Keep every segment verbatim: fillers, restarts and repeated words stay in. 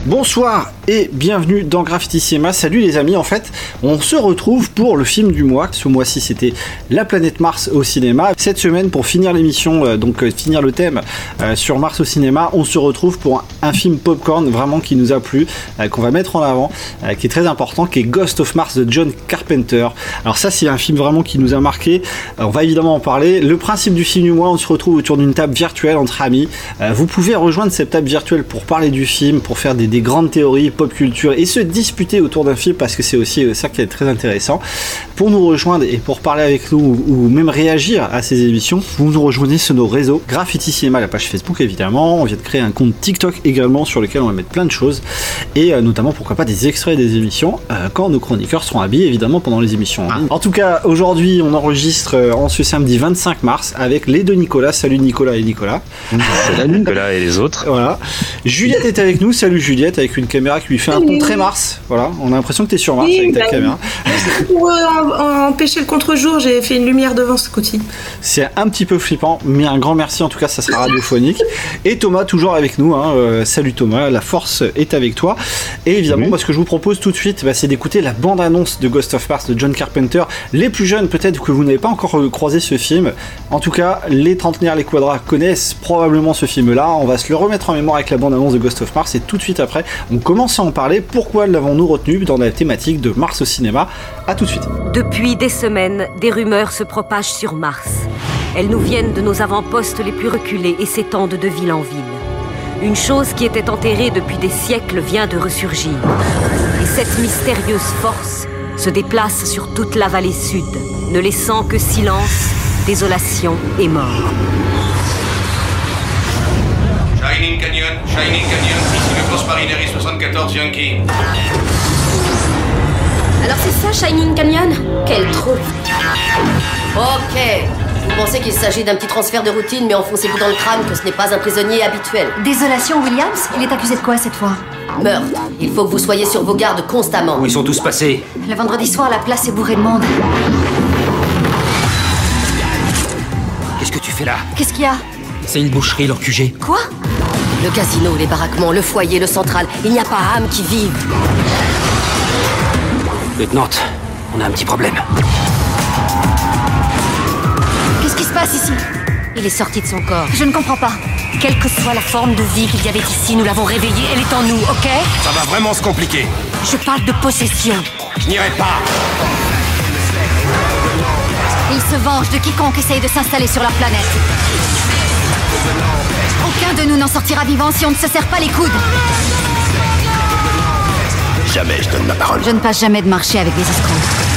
Bonsoir et bienvenue dans Graffiti Cinéma. Salut les amis, en fait on se retrouve pour le film du mois. Ce mois-ci c'était La planète Mars au cinéma. Cette semaine, pour finir l'émission, euh, donc euh, finir le thème euh, sur Mars au cinéma, on se retrouve pour un, un film popcorn vraiment qui nous a plu, euh, qu'on va mettre en avant, euh, qui est très important, qui est Ghost of Mars de John Carpenter. Alors ça c'est un film vraiment qui nous a marqué, euh, on va évidemment en parler. Le principe du film du mois, on se retrouve autour d'une table virtuelle entre amis. Euh, vous pouvez rejoindre cette table virtuelle pour parler du film, pour faire des, des grandes théories pop culture et se disputer autour d'un film, parce que c'est aussi ça qui est très intéressant. Pour nous rejoindre et pour parler avec nous ou, ou même réagir à ces émissions, vous nous rejoignez sur nos réseaux Graffiti Cinéma, la page Facebook évidemment. On vient de créer un compte TikTok également sur lequel on va mettre plein de choses et euh, notamment pourquoi pas des extraits des émissions euh, quand nos chroniqueurs seront habillés évidemment pendant les émissions. Ah. En tout cas, aujourd'hui on enregistre euh, en ce samedi vingt-cinq mars avec les deux Nicolas. Salut Nicolas et Nicolas. Salut Nicolas et les autres. Voilà. Juliette est avec nous. Salut Juliette, avec une caméra qui lui fait un ton très Mars. Voilà, on a l'impression que t'es sur Mars oui, avec ta bah, caméra. Pour euh, empêcher le contre-jour, j'ai fait une lumière devant ce coup-ci. C'est un petit peu flippant, mais un grand merci, en tout cas ça sera radiophonique. Et Thomas toujours avec nous, hein. euh, salut Thomas, la force est avec toi. Et évidemment, mmh. bah, ce que je vous propose tout de suite, bah, c'est d'écouter la bande-annonce de Ghost of Mars de John Carpenter. Les plus jeunes, peut-être que vous n'avez pas encore croisé ce film. En tout cas, les trentenaires, les quadras connaissent probablement ce film-là. On va se le remettre en mémoire avec la bande-annonce de Ghost of Mars et tout de suite après, on commence à en parler. Pourquoi l'avons-nous retenu dans la thématique de Mars au cinéma? À tout de suite. Depuis des semaines, des rumeurs se propagent sur Mars. Elles nous viennent de nos avant-postes les plus reculés et s'étendent de ville en ville. Une chose qui était enterrée depuis des siècles vient de ressurgir. Et cette mystérieuse force se déplace sur toute la vallée sud, ne laissant que silence, désolation et mort. Shining Canyon, Shining Canyon, ici le poste Marineri soixante-quatorze Yankee. Alors c'est ça Shining Canyon? Quel trou. Ok. Vous pensez qu'il s'agit d'un petit transfert de routine, mais enfoncez-vous dans le crâne que ce n'est pas un prisonnier habituel. Désolation Williams, il est accusé de quoi cette fois? Meurtre. Il faut que vous soyez sur vos gardes constamment. Où ils sont tous passés? Le vendredi soir, la place est bourrée de monde. Qu'est-ce que tu fais là? Qu'est-ce qu'il y a? C'est une boucherie, leur Q G. Quoi? Le casino, les baraquements, le foyer, le central. Il n'y a pas âme qui vive. Lieutenant, on a un petit problème. Qu'est-ce qui se passe ici? Il est sorti de son corps. Je ne comprends pas. Quelle que soit la forme de vie qu'il y avait ici, nous l'avons réveillée, elle est en nous, ok? Ça va vraiment se compliquer. Je parle de possession. Je n'irai pas. Il se venge de quiconque essaye de s'installer sur leur planète. Aucun de nous n'en sortira vivant si on ne se serre pas les coudes. Jamais je donne ma parole. Je ne passe jamais de marché avec des escrocs.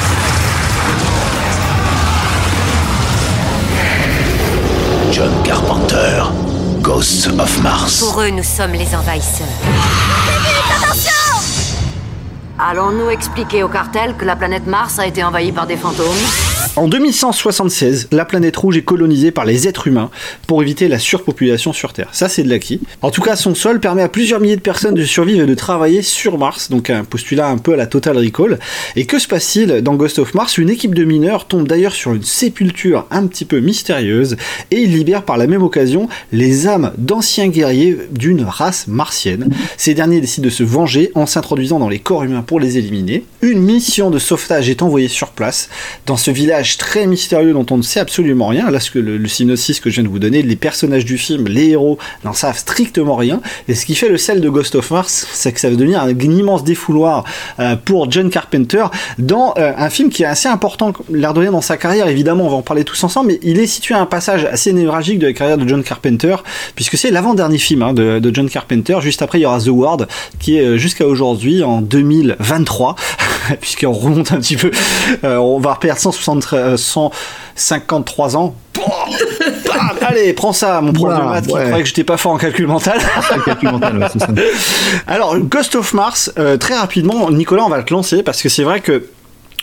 John Carpenter, Ghost of Mars. Pour eux, nous sommes les envahisseurs. Attention! Allons-nous expliquer au cartel que la planète Mars a été envahie par des fantômes? En deux mille cent soixante-seize, la planète rouge est colonisée par les êtres humains pour éviter la surpopulation sur Terre. Ça, c'est de l'acquis. En tout cas, son sol permet à plusieurs milliers de personnes de survivre et de travailler sur Mars, donc un postulat un peu à la Total Recall. Et que se passe-t-il dans Ghost of Mars? Une équipe de mineurs tombe d'ailleurs sur une sépulture un petit peu mystérieuse et ils libèrent par la même occasion les âmes d'anciens guerriers d'une race martienne. Ces derniers décident de se venger en s'introduisant dans les corps humains pour les éliminer. Une mission de sauvetage est envoyée sur place dans ce village très mystérieux dont on ne sait absolument rien. Là, ce que le, le synopsis que je viens de vous donner, les personnages du film, les héros, n'en savent strictement rien. Et ce qui fait le sel de Ghost of Mars, c'est que ça va devenir un, un immense défouloir euh, pour John Carpenter dans euh, un film qui est assez important, l'air de rien, dans sa carrière. Évidemment, on va en parler tous ensemble, mais il est situé à un passage assez névralgique de la carrière de John Carpenter, puisque c'est l'avant-dernier film hein, de, de John Carpenter. Juste après, il y aura The Ward, qui est jusqu'à aujourd'hui, en deux mille vingt-trois, puisqu'on remonte un petit peu, euh, on va reperdre cent soixante cent cinquante-trois ans. Allez, prends ça, mon prof de maths qui ouais. croyait que j'étais pas fort en calcul mental. calcul mental ouais, c'est ça. Alors, Ghost of Mars, euh, très rapidement, Nicolas, on va te lancer parce que c'est vrai que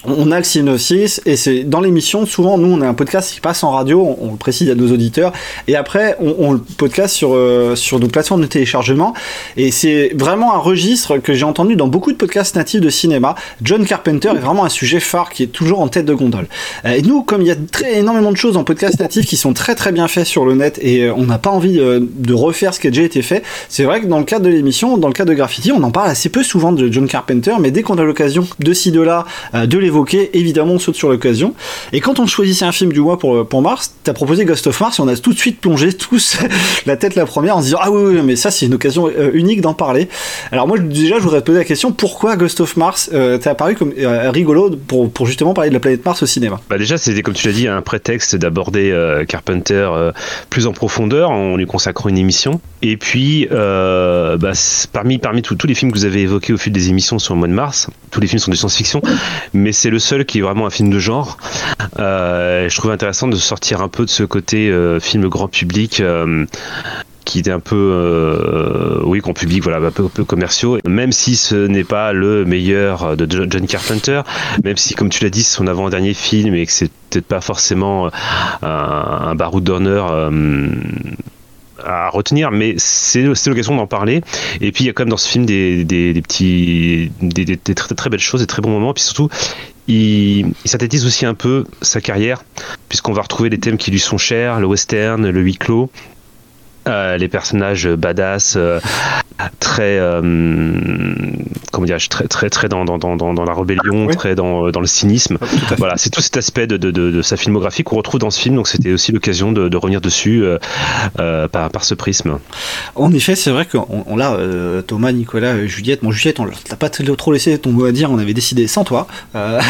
on a le synopsis et c'est dans l'émission. Souvent, nous, on a un podcast qui passe en radio, on, on le précise à nos auditeurs, et après, on, on le podcast sur euh, sur nos plateformes de téléchargement. Et c'est vraiment un registre que j'ai entendu dans beaucoup de podcasts natifs de cinéma. John Carpenter est vraiment un sujet phare qui est toujours en tête de gondole. Euh, et nous, comme il y a très énormément de choses en podcast natif qui sont très très bien faits sur le net et euh, on n'a pas envie euh, de refaire ce qui a déjà été fait, c'est vrai que dans le cadre de l'émission, dans le cadre de Graffiti, on en parle assez peu souvent de John Carpenter, mais dès qu'on a l'occasion de ci de là euh, de l'évoquer, évidemment on saute sur l'occasion. Et quand on choisissait un film du mois pour, pour Mars, t'as proposé Ghost of Mars et on a tout de suite plongé tous la tête la première en se disant ah oui, oui mais ça c'est une occasion euh, unique d'en parler. Alors moi déjà je voudrais te poser la question, pourquoi Ghost of Mars euh, t'es apparu comme euh, rigolo pour, pour justement parler de la planète Mars au cinéma? Bah déjà c'était comme tu l'as dit un prétexte d'aborder euh, Carpenter euh, plus en profondeur en lui consacrant une émission. Et puis euh, bah, parmi, parmi tous les films que vous avez évoqués au fil des émissions sur le mois de mars, tous les films sont de science-fiction, mais c'est le seul qui est vraiment un film de genre. Euh, je trouve intéressant de sortir un peu de ce côté euh, film grand public euh, qui était un peu euh, oui grand public, voilà, un peu, un peu commerciaux, même si ce n'est pas le meilleur de John Carpenter, même si comme tu l'as dit c'est son avant-dernier film et que c'est peut-être pas forcément un, un baroud d'honneur euh, à retenir, mais c'est, c'est l'occasion d'en parler. Et puis il y a quand même dans ce film des, des, des petits des, des, des très, très belles choses, des très bons moments, et puis surtout il, il synthétise aussi un peu sa carrière puisqu'on va retrouver des thèmes qui lui sont chers, le western, le huis clos, Euh, les personnages badass, euh, très, euh, comment dirais-je, très, très, très dans, dans, dans, dans la rébellion, oui. très dans, dans le cynisme. Voilà, c'est tout cet aspect de, de, de, de sa filmographie qu'on retrouve dans ce film, donc c'était aussi l'occasion de, de revenir dessus euh, euh, par, par ce prisme. En effet, c'est vrai qu'on on l'a, euh, Thomas, Nicolas, euh, Juliette, bon Juliette, on l'a pas trop laissé ton mot à dire, on avait décidé sans toi. Euh...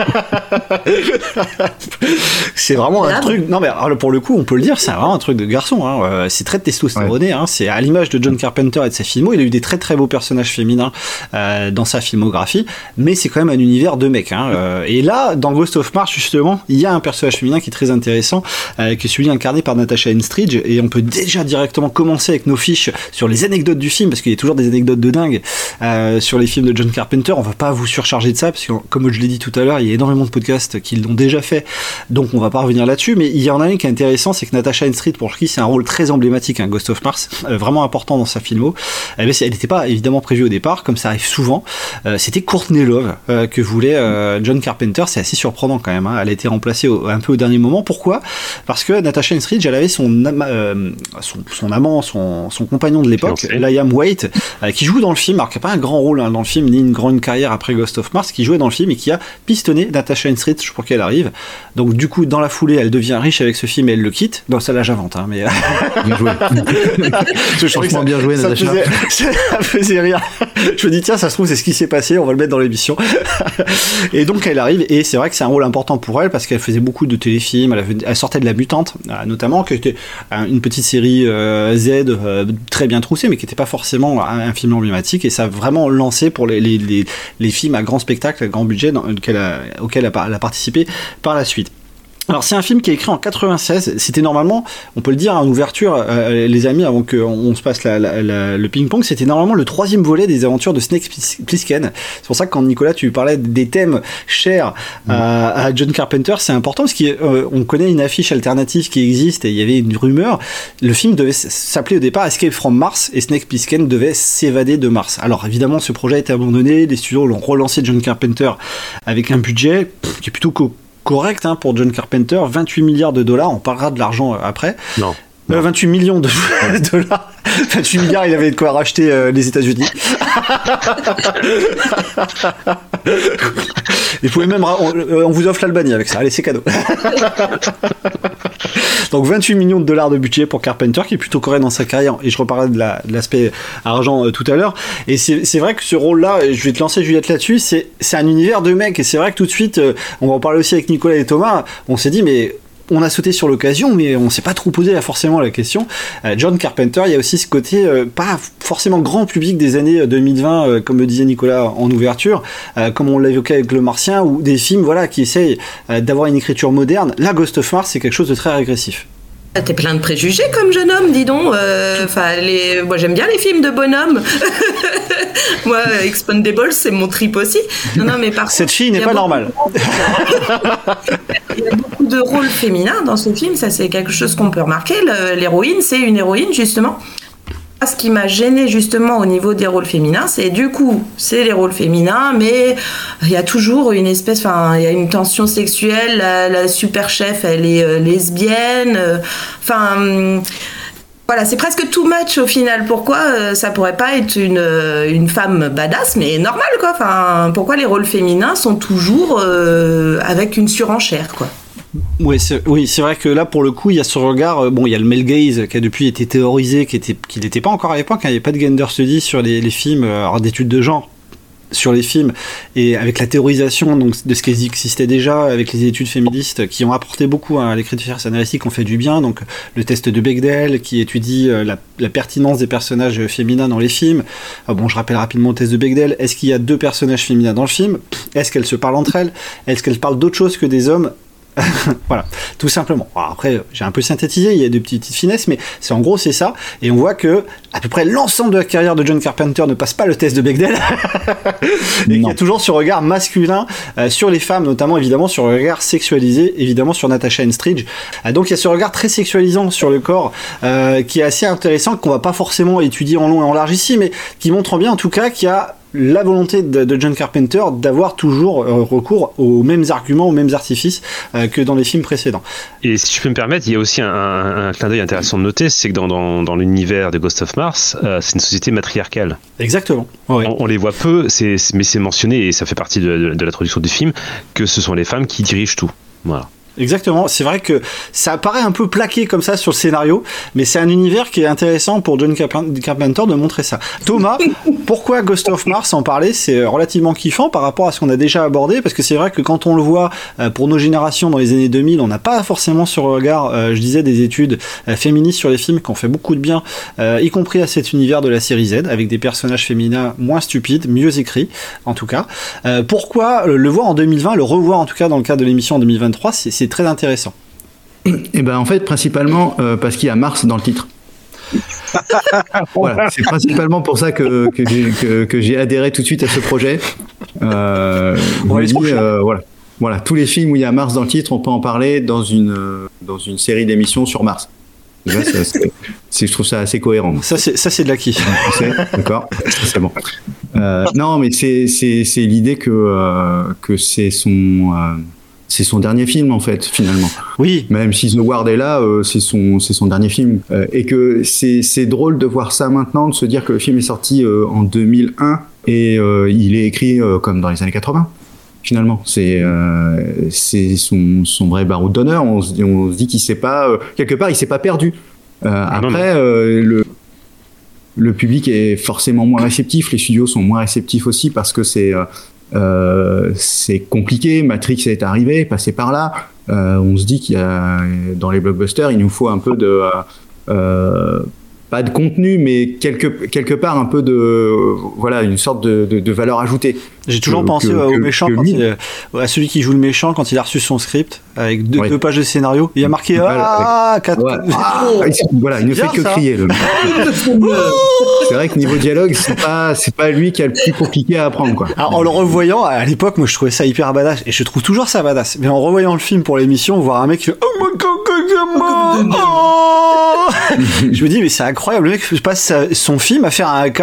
c'est vraiment un truc, non mais alors, pour le coup, on peut le dire, c'est vraiment un truc de garçon, hein. euh, c'est très testostéroné, ouais. hein. C'est à l'image de John Carpenter et de ses filmos, il a eu des très très beaux personnages féminins euh, dans sa filmographie, mais c'est quand même un univers de mecs, hein. euh, et là, dans Ghost of Mars, justement, il y a un personnage féminin qui est très intéressant, euh, qui est celui incarné par Natasha Henstridge, et on peut déjà directement commencer avec nos fiches sur les anecdotes du film, parce qu'il y a toujours des anecdotes de dingue euh, sur les films de John Carpenter. On va pas vous surcharger de ça, parce que comme je l'ai dit tout à l'heure, il y a énormément de podcasts qui l'ont déjà fait, donc on va pas revenir là-dessus, mais il y en a un qui est intéressant, c'est que Natasha Henstridge, pour qui c'est un rôle très emblématique, hein, Ghost of Mars, euh, vraiment important dans sa filmo, eh bien, elle n'était pas évidemment prévue au départ, comme ça arrive souvent, euh, c'était Courtney Love euh, que voulait euh, John Carpenter. C'est assez surprenant quand même, hein. Elle a été remplacée au, un peu au dernier moment. Pourquoi? Parce que Natasha Henstridge, elle avait son, euh, son, son amant, son, son compagnon de l'époque, Liam Waite, euh, qui joue dans le film, alors qu'il n'y a pas un grand rôle hein, dans le film, ni une grande carrière après Ghost of Mars, qui jouait dans le film et qui a pistonné Natasha Henstridge pour qu'elle arrive. Donc du coup, dans la foulée, elle devient riche avec ce film et elle le quitte. Non, ça là j'invente, hein, mais... Bien joué. Je Franchement bien joué, Natasha. Ça faisait, ça faisait rire. Je me dis, tiens, ça se trouve, c'est ce qui s'est passé, on va le mettre dans l'émission. Et donc, elle arrive, et c'est vrai que c'est un rôle important pour elle, parce qu'elle faisait beaucoup de téléfilms, elle, avait, elle sortait de La Mutante, notamment, qui était une petite série euh, Z, euh, très bien troussée, mais qui n'était pas forcément un, un film emblématique, et ça a vraiment lancé pour les, les, les, les films à grand spectacle, à grand budget, dans, auquel a, auquel elle a, elle a participé par la suite. Alors c'est un film qui est écrit en quatre-vingt-seize, c'était normalement, on peut le dire en ouverture, euh, les amis, avant qu'on on se passe la, la, la, le ping-pong, c'était normalement le troisième volet des aventures de Snake Plissken. C'est pour ça que quand Nicolas tu parlais des thèmes chers mmh. à, à John Carpenter, c'est important parce qu'on euh, connaît une affiche alternative qui existe et il y avait une rumeur, le film devait s'appeler au départ Escape from Mars et Snake Plissken devait s'évader de Mars. Alors évidemment ce projet a été abandonné, les studios l'ont relancé John Carpenter avec un budget pff, qui est plutôt co- correct hein, pour John Carpenter, vingt-huit milliards de dollars, on parlera de l'argent après. Non. Euh, vingt-huit millions de dollars. vingt-huit milliards, il avait de quoi racheter euh, les États-Unis. Il pouvait même. On, on vous offre l'Albanie avec ça. Allez, c'est cadeau. Donc vingt-huit millions de dollars de budget pour Carpenter, qui est plutôt correct dans sa carrière. Et je reparlerai de, la, de l'aspect argent euh, tout à l'heure. Et c'est, c'est vrai que ce rôle-là, je vais te lancer Juliette là-dessus, c'est, c'est un univers de mecs. Et c'est vrai que tout de suite, euh, on va en parler aussi avec Nicolas et Thomas, on s'est dit, mais. On a sauté sur l'occasion, mais on s'est pas trop posé là, forcément la question. Euh, John Carpenter, il y a aussi ce côté euh, pas forcément grand public des années deux mille vingt, euh, comme le disait Nicolas en ouverture, euh, comme on l'a évoqué avec Le Martien, ou des films voilà, qui essayent euh, d'avoir une écriture moderne. Là, Ghost of Mars, c'est quelque chose de très régressif. T'es plein de préjugés comme jeune homme, dis donc. Enfin, euh, les... moi j'aime bien les films de bonhommes. Moi, Expendables, c'est mon trip aussi. Non, non, mais par Cette contre, fille n'est pas normale. Il y a beaucoup de rôles féminins dans ce film, ça c'est quelque chose qu'on peut remarquer. Le, l'héroïne, c'est une héroïne justement. Ce qui m'a gêné justement au niveau des rôles féminins, c'est du coup, c'est les rôles féminins, mais il y a toujours une espèce, enfin, il y a une tension sexuelle. La, la super chef, elle est euh, lesbienne. Enfin. Euh, Voilà, c'est presque too much au final. Pourquoi euh, ça pourrait pas être une, euh, une femme badass, mais normale, quoi. Enfin, pourquoi les rôles féminins sont toujours euh, avec une surenchère, quoi. Oui, c'est, oui, c'est vrai que là, pour le coup, il y a ce regard. Euh, bon, il y a le male gaze qui a depuis été théorisé, qui était, qui n'était pas encore à l'époque. Hein, il n'y avait pas de gender study sur les, les films, euh, alors, d'études de genre. Sur les films, et avec la théorisation donc, de ce qui existait déjà, avec les études féministes qui ont apporté beaucoup à l'écriture scénaristique, ont fait du bien. Donc le test de Bechdel qui étudie euh, la, la pertinence des personnages féminins dans les films. Ah bon, je rappelle rapidement le test de Bechdel. Est-ce qu'il y a deux personnages féminins dans le film ? Est-ce qu'elles se parlent entre elles ? Est-ce qu'elles parlent d'autre chose que des hommes ? Voilà, tout simplement. Alors après, j'ai un peu synthétisé, il y a des petites finesses, mais c'est en gros c'est ça. Et on voit que à peu près l'ensemble de la carrière de John Carpenter ne passe pas le test de Bechdel, et qu'il y a toujours ce regard masculin euh, sur les femmes, notamment évidemment sur le regard sexualisé, évidemment sur Natasha Henstridge. Euh, donc il y a ce regard très sexualisant sur le corps euh, qui est assez intéressant, qu'on va pas forcément étudier en long et en large ici, mais qui montre bien en tout cas qu'il y a la volonté de, de John Carpenter d'avoir toujours euh, recours aux mêmes arguments, aux mêmes artifices euh, que dans les films précédents. Et si je peux me permettre, il y a aussi un, un, un clin d'œil intéressant de noter, c'est que dans, dans, dans l'univers de Ghost of Mars, euh, c'est une société matriarcale. Exactement. Ouais. On, on les voit peu, c'est, c'est, mais c'est mentionné, et ça fait partie de, de, de l'introduction du film, que ce sont les femmes qui dirigent tout. Voilà. Exactement, c'est vrai que ça paraît un peu plaqué comme ça sur le scénario, mais c'est un univers qui est intéressant pour John Carpenter de montrer ça. Thomas, pourquoi Ghost of Mars, en parler, c'est relativement kiffant par rapport à ce qu'on a déjà abordé, parce que c'est vrai que quand on le voit pour nos générations dans les années deux mille, on n'a pas forcément ce regard, euh, je disais, des études euh, féministes sur les films qui ont fait beaucoup de bien, euh, y compris à cet univers de la série Z, avec des personnages féminins moins stupides, mieux écrits, en tout cas. Euh, pourquoi le voir en deux mille vingt, le revoir en tout cas dans le cadre de l'émission en deux mille vingt-trois, c'est, c'est très intéressant. Et ben en fait principalement euh, parce qu'il y a Mars dans le titre. Voilà, c'est principalement pour ça que, que, j'ai, que, que j'ai adhéré tout de suite à ce projet. Euh, on va dis, euh, voilà, voilà, tous les films où il y a Mars dans le titre, on peut en parler dans une dans une série d'émissions sur Mars. Déjà, ça, c'est, c'est, je trouve ça assez cohérent. Ça c'est ça c'est de l'acquis. D'accord, c'est bon. Euh, non, mais c'est c'est c'est l'idée que euh, que c'est son euh, c'est son dernier film en fait finalement. Oui. Même si The Ward est là, euh, c'est son c'est son dernier film euh, et que c'est c'est drôle de voir ça maintenant, de se dire que le film est sorti euh, en deux mille un et euh, il est écrit euh, comme dans les années quatre-vingts. Finalement, c'est euh, c'est son son vrai baroud d'honneur. On se on se dit qu'il s'est pas euh, quelque part il s'est pas perdu. Euh, ah, après euh, le le public est forcément moins réceptif, les studios sont moins réceptifs aussi parce que c'est euh, Euh, c'est compliqué. Matrix est arrivé, passé par là. Euh, on se dit qu'il y a dans les blockbusters, il nous faut un peu de euh, pas de contenu, mais quelque quelque part un peu de voilà une sorte de, de, de valeur ajoutée. J'ai toujours que, pensé que, au que, méchant, que quand il, à celui qui joue le méchant quand il a reçu son script avec deux, ouais. deux pages de scénario. Il a marqué ah, avec... quatre... ouais. ah voilà, il ne fait que ça. Crier. Le c'est vrai que niveau dialogue, c'est pas c'est pas lui qui a le plus compliqué à apprendre quoi. Alors, en le revoyant, à l'époque, moi je trouvais ça hyper badass et je trouve toujours ça badass. Mais en revoyant le film pour l'émission, voir un mec qui fait oh my god, oh je me dis mais c'est incroyable, le mec passe son film à faire un A K.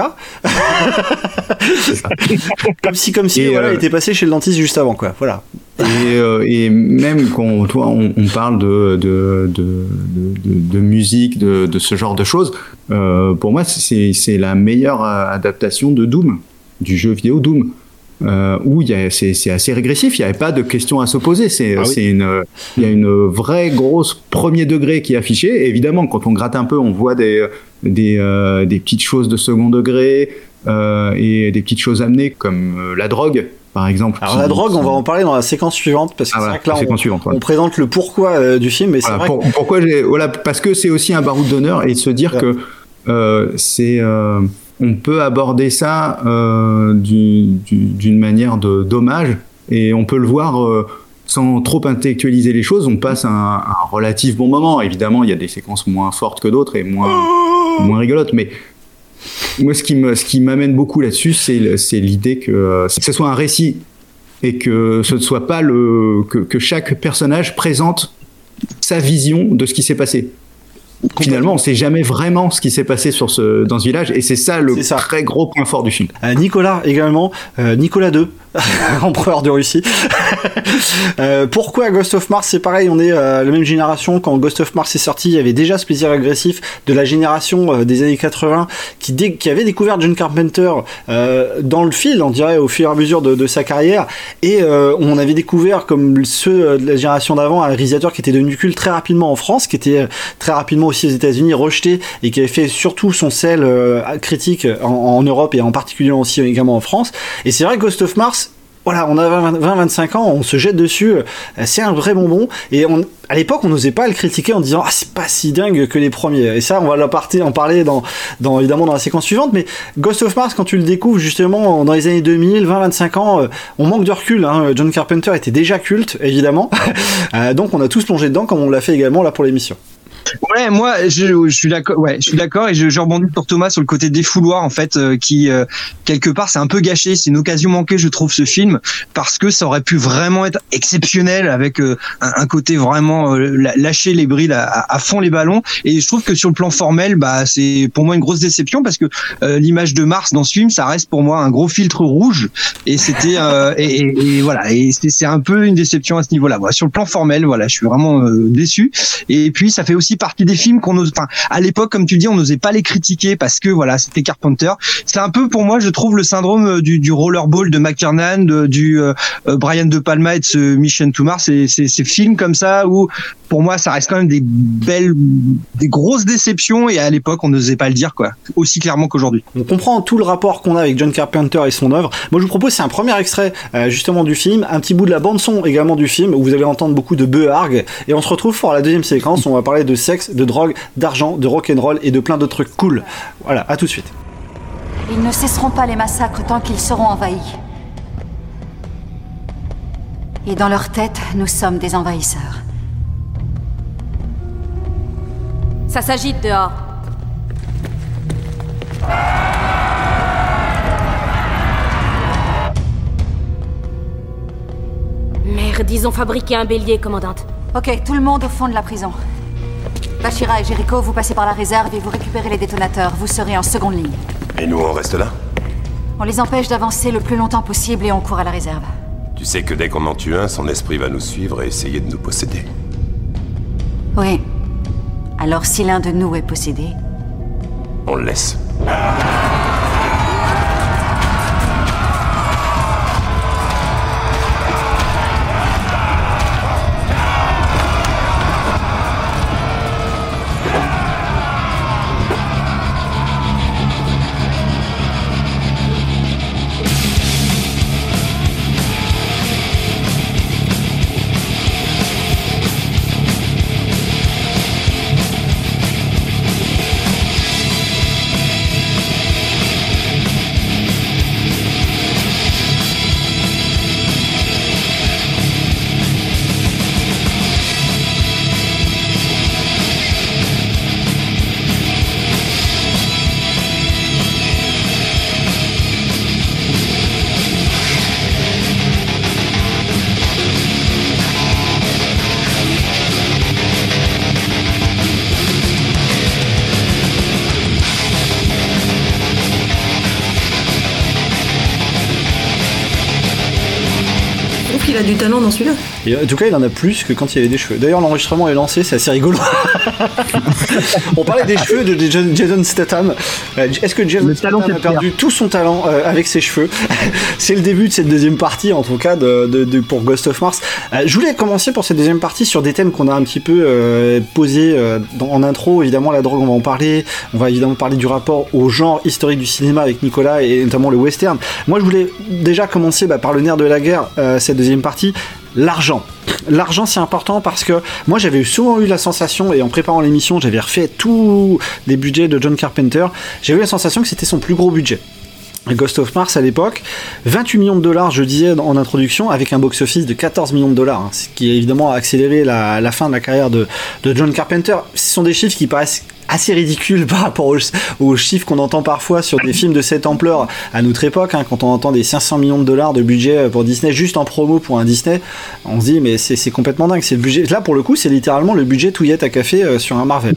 comme si comme si voilà, euh, il était passé chez le dentiste juste avant quoi. Voilà. Et, euh, et même quand toi on, on parle de de, de de de musique, de de ce genre de choses, euh, pour moi c'est c'est la meilleure adaptation de Doom, du jeu vidéo Doom. Euh, où il y a, c'est, c'est assez régressif, il n'y avait pas de questions à se poser, c'est, ah oui. c'est une, il y a une vraie grosse premier degré qui est affichée, et évidemment quand on gratte un peu on voit des, des, euh, des petites choses de second degré euh, et des petites choses amenées comme euh, la drogue par exemple. Alors qui, la drogue, qui... on va en parler dans la séquence suivante parce que ah, c'est voilà, que là on, suivante, ouais. on présente le pourquoi euh, du film, mais voilà, c'est vrai pour, que... pourquoi j'ai, voilà, parce que c'est aussi un baroud d'honneur et se dire ouais. que euh, c'est euh, on peut aborder ça euh, du, du, d'une manière de d'hommage et on peut le voir euh, sans trop intellectualiser les choses. On passe un, un relatif bon moment. Évidemment, il y a des séquences moins fortes que d'autres et moins moins rigolotes, mais moi, ce qui me, ce qui m'amène beaucoup là-dessus, c'est, c'est l'idée que, que ce soit un récit et que ce ne soit pas le, que, que chaque personnage présente sa vision de ce qui s'est passé. Finalement, on ne sait jamais vraiment ce qui s'est passé sur ce, dans ce village, et c'est ça le c'est ça. très gros point fort du film. Euh, Nicolas également, euh, Nicolas deux, empereur de Russie. euh, pourquoi Ghost of Mars? C'est pareil, on est euh, la même génération. Quand Ghost of Mars est sorti, il y avait déjà ce plaisir agressif de la génération euh, des années quatre-vingts qui, dé- qui avait découvert John Carpenter euh, dans le fil, on dirait, au fur et à mesure de, de sa carrière, et euh, on avait découvert, comme ceux de la génération d'avant, un réalisateur qui était devenu culte très rapidement en France, qui était euh, très rapidement aussi aux États-Unis rejeté, et qui avait fait surtout son sel euh, critique en, en Europe et en particulier aussi également en France. Et c'est vrai que Ghost of Mars, voilà, on a vingt à vingt-cinq ans, on se jette dessus, c'est un vrai bonbon, et on, à l'époque on n'osait pas le critiquer en disant ah c'est pas si dingue que les premiers, et ça on va en parler dans, dans, évidemment dans la séquence suivante. Mais Ghost of Mars, quand tu le découvres justement dans les années deux mille, vingt à vingt-cinq ans, on manque de recul, hein. John Carpenter était déjà culte évidemment, donc on a tous plongé dedans comme on l'a fait également là pour l'émission. Ouais, moi je, je suis d'accord. Ouais, je suis d'accord et je, je rebondis sur Thomas sur le côté défouloir en fait, euh, qui euh, quelque part c'est un peu gâché. C'est une occasion manquée, je trouve, ce film, parce que ça aurait pu vraiment être exceptionnel avec euh, un, un côté vraiment euh, lâcher les brides à, à fond les ballons. Et je trouve que sur le plan formel, bah c'est pour moi une grosse déception parce que euh, l'image de Mars dans ce film, ça reste pour moi un gros filtre rouge. Et c'était euh, et, et, et voilà, et c'est, c'est un peu une déception à ce niveau-là. Voilà, sur le plan formel, voilà, je suis vraiment euh, déçu. Et puis ça fait aussi partie des films qu'on ose, enfin, à l'époque, comme tu dis, on n'osait pas les critiquer parce que voilà, c'était Carpenter. C'est un peu pour moi, je trouve, le syndrome du, du Rollerball de McTiernan, de, du euh, Brian De Palma et de ce Mission to Mars. C'est ces films comme ça où, pour moi, ça reste quand même des belles, des grosses déceptions, et à l'époque, on n'osait pas le dire, quoi, aussi clairement qu'aujourd'hui. On comprend tout le rapport qu'on a avec John Carpenter et son œuvre. Moi, je vous propose, c'est un premier extrait euh, justement du film, un petit bout de la bande son également du film où vous allez entendre beaucoup de beuhargue, et on se retrouve pour la deuxième séquence. On va parler de sexe, de drogue, d'argent, de rock'n'roll et de plein d'autres trucs cool. Voilà, à tout de suite. Ils ne cesseront pas les massacres tant qu'ils seront envahis. Et dans leur tête, nous sommes des envahisseurs. Ça s'agite dehors. Merde, ils ont fabriqué un bélier, commandante. Ok, tout le monde au fond de la prison. Bashira et Jericho, vous passez par la réserve et vous récupérez les détonateurs. Vous serez en seconde ligne. Et nous, on reste là? On les empêche d'avancer le plus longtemps possible et on court à la réserve. Tu sais que dès qu'on en tue un, son esprit va nous suivre et essayer de nous posséder. Oui. Alors si l'un de nous est possédé... On le laisse. Il a du talent dans celui-là. Et en tout cas, il en a plus que quand il y avait des cheveux. D'ailleurs, l'enregistrement est lancé, c'est assez rigolo. On parlait des cheveux de Jason Statham. Est-ce que Jason Statham a perdu tout son talent euh, avec ses cheveux? C'est le début de cette deuxième partie, en tout cas, de, de, de, pour Ghost of Mars. Euh, je voulais commencer pour cette deuxième partie sur des thèmes qu'on a un petit peu euh, posés euh, dans, en intro. Évidemment, la drogue, on va en parler. On va évidemment parler du rapport au genre historique du cinéma avec Nicolas et notamment le western. Moi, je voulais déjà commencer bah, par le nerf de la guerre, euh, cette deuxième partie, l'argent. L'argent, c'est important parce que moi j'avais souvent eu la sensation, et en préparant l'émission j'avais refait tous les budgets de John Carpenter, j'avais eu la sensation que c'était son plus gros budget. Ghost of Mars à l'époque, vingt-huit millions de dollars, je disais en introduction, avec un box-office de quatorze millions de dollars, hein, ce qui a évidemment accéléré la, la fin de la carrière de, de John Carpenter. Ce sont des chiffres qui paraissent assez ridicule par rapport aux, aux chiffres qu'on entend parfois sur des films de cette ampleur à notre époque, hein, quand on entend des cinq cents millions de dollars de budget pour Disney juste en promo pour un Disney, on se dit mais c'est, c'est complètement dingue. C'est le budget. Là pour le coup c'est littéralement le budget touillette à café euh, sur un Marvel.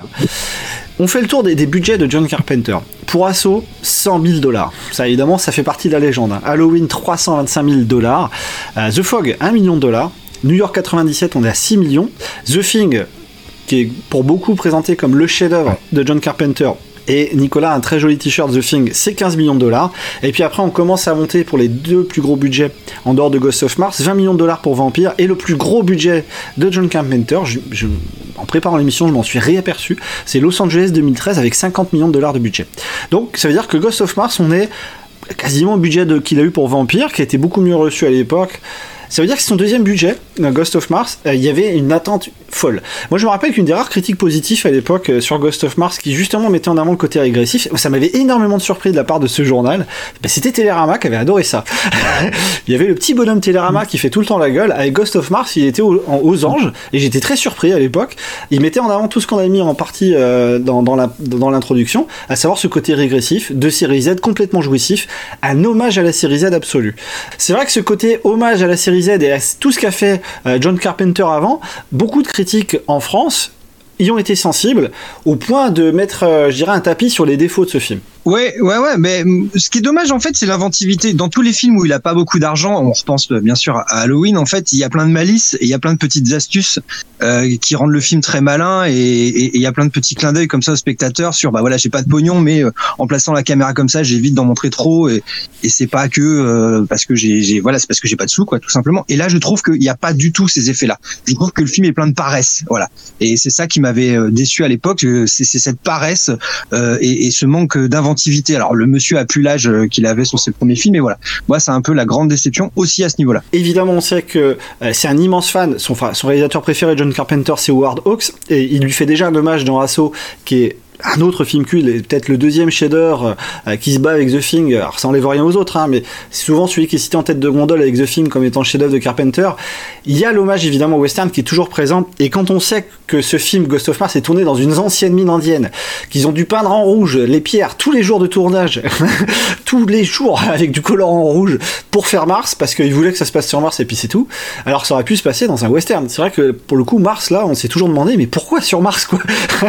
On fait le tour des, des budgets de John Carpenter. Pour Assaut, cent mille dollars. Ça, évidemment, ça fait partie de la légende. Hein. Halloween, trois cent vingt-cinq mille dollars. Euh, The Fog, un million de dollars. New York quatre-vingt-dix-sept, on est à six millions. The Thing, qui est pour beaucoup présenté comme le chef-d'œuvre de John Carpenter. Et Nicolas a un très joli t-shirt The Thing, c'est quinze millions de dollars. Et puis après, on commence à monter pour les deux plus gros budgets en dehors de Ghost of Mars, vingt millions de dollars pour Vampire. Et le plus gros budget de John Carpenter, je, je, en préparant l'émission, je m'en suis réaperçu, c'est Los Angeles deux mille treize avec cinquante millions de dollars de budget. Donc ça veut dire que Ghost of Mars, on est quasiment au budget de, qu'il a eu pour Vampire, qui a été beaucoup mieux reçu à l'époque. Ça veut dire que c'est son deuxième budget, Ghost of Mars, il euh, y avait une attente folle. Moi je me rappelle qu'une des rares critiques positives à l'époque euh, sur Ghost of Mars, qui justement mettait en avant le côté régressif, ça m'avait énormément surpris de la part de ce journal, ben, c'était Télérama qui avait adoré ça. Il y avait le petit bonhomme Télérama qui fait tout le temps la gueule, avec Ghost of Mars il était aux, en, aux anges, et j'étais très surpris à l'époque, il mettait en avant tout ce qu'on avait mis en partie euh, dans, dans, la, dans l'introduction, à savoir ce côté régressif, de série Z complètement jouissif, un hommage à la série Z absolue. C'est vrai que ce côté hommage à la série Z et à tout ce qu'a fait euh, John Carpenter avant, beaucoup de critiques en France y ont été sensibles au point de mettre, euh, je dirais, un tapis sur les défauts de ce film. Ouais, ouais, ouais, mais ce qui est dommage en fait, c'est l'inventivité. Dans tous les films où il a pas beaucoup d'argent, on repense bien sûr à Halloween. En fait, il y a plein de malice et il y a plein de petites astuces euh, qui rendent le film très malin et, et, et il y a plein de petits clins d'œil comme ça aux spectateurs sur bah voilà, j'ai pas de pognon, mais euh, en plaçant la caméra comme ça, j'évite d'en montrer trop et, et c'est pas que euh, parce que j'ai, j'ai voilà, c'est parce que j'ai pas de sous quoi, tout simplement. Et là, je trouve qu'il y a pas du tout ces effets-là. Je trouve que le film est plein de paresse, voilà. Et c'est ça qui m'avait déçu à l'époque, c'est, c'est cette paresse euh, et, et ce manque d'inventivité. Alors le monsieur a plus l'âge qu'il avait sur ses premiers films, et voilà. Moi, c'est un peu la grande déception aussi à ce niveau-là. Évidemment, on sait que euh, c'est un immense fan. Son, son réalisateur préféré, John Carpenter, c'est Howard Hawks, et il lui fait déjà un hommage dans Assaut, qui est un autre film culte, et peut-être le deuxième chef-d'œuvre euh, qui se bat avec The Thing. Alors ça enlève rien aux autres, hein, mais c'est souvent celui qui est cité en tête de gondole avec The Thing comme étant le chef-d'œuvre de Carpenter. Il y a l'hommage évidemment au western qui est toujours présent, et quand on sait que ce film Ghost of Mars est tourné dans une ancienne mine indienne, qu'ils ont dû peindre en rouge les pierres tous les jours de tournage, tous les jours avec du colorant en rouge pour faire Mars, parce qu'ils voulaient que ça se passe sur Mars et puis c'est tout. Alors ça aurait pu se passer dans un western. C'est vrai que pour le coup Mars là, on s'est toujours demandé mais pourquoi sur Mars quoi.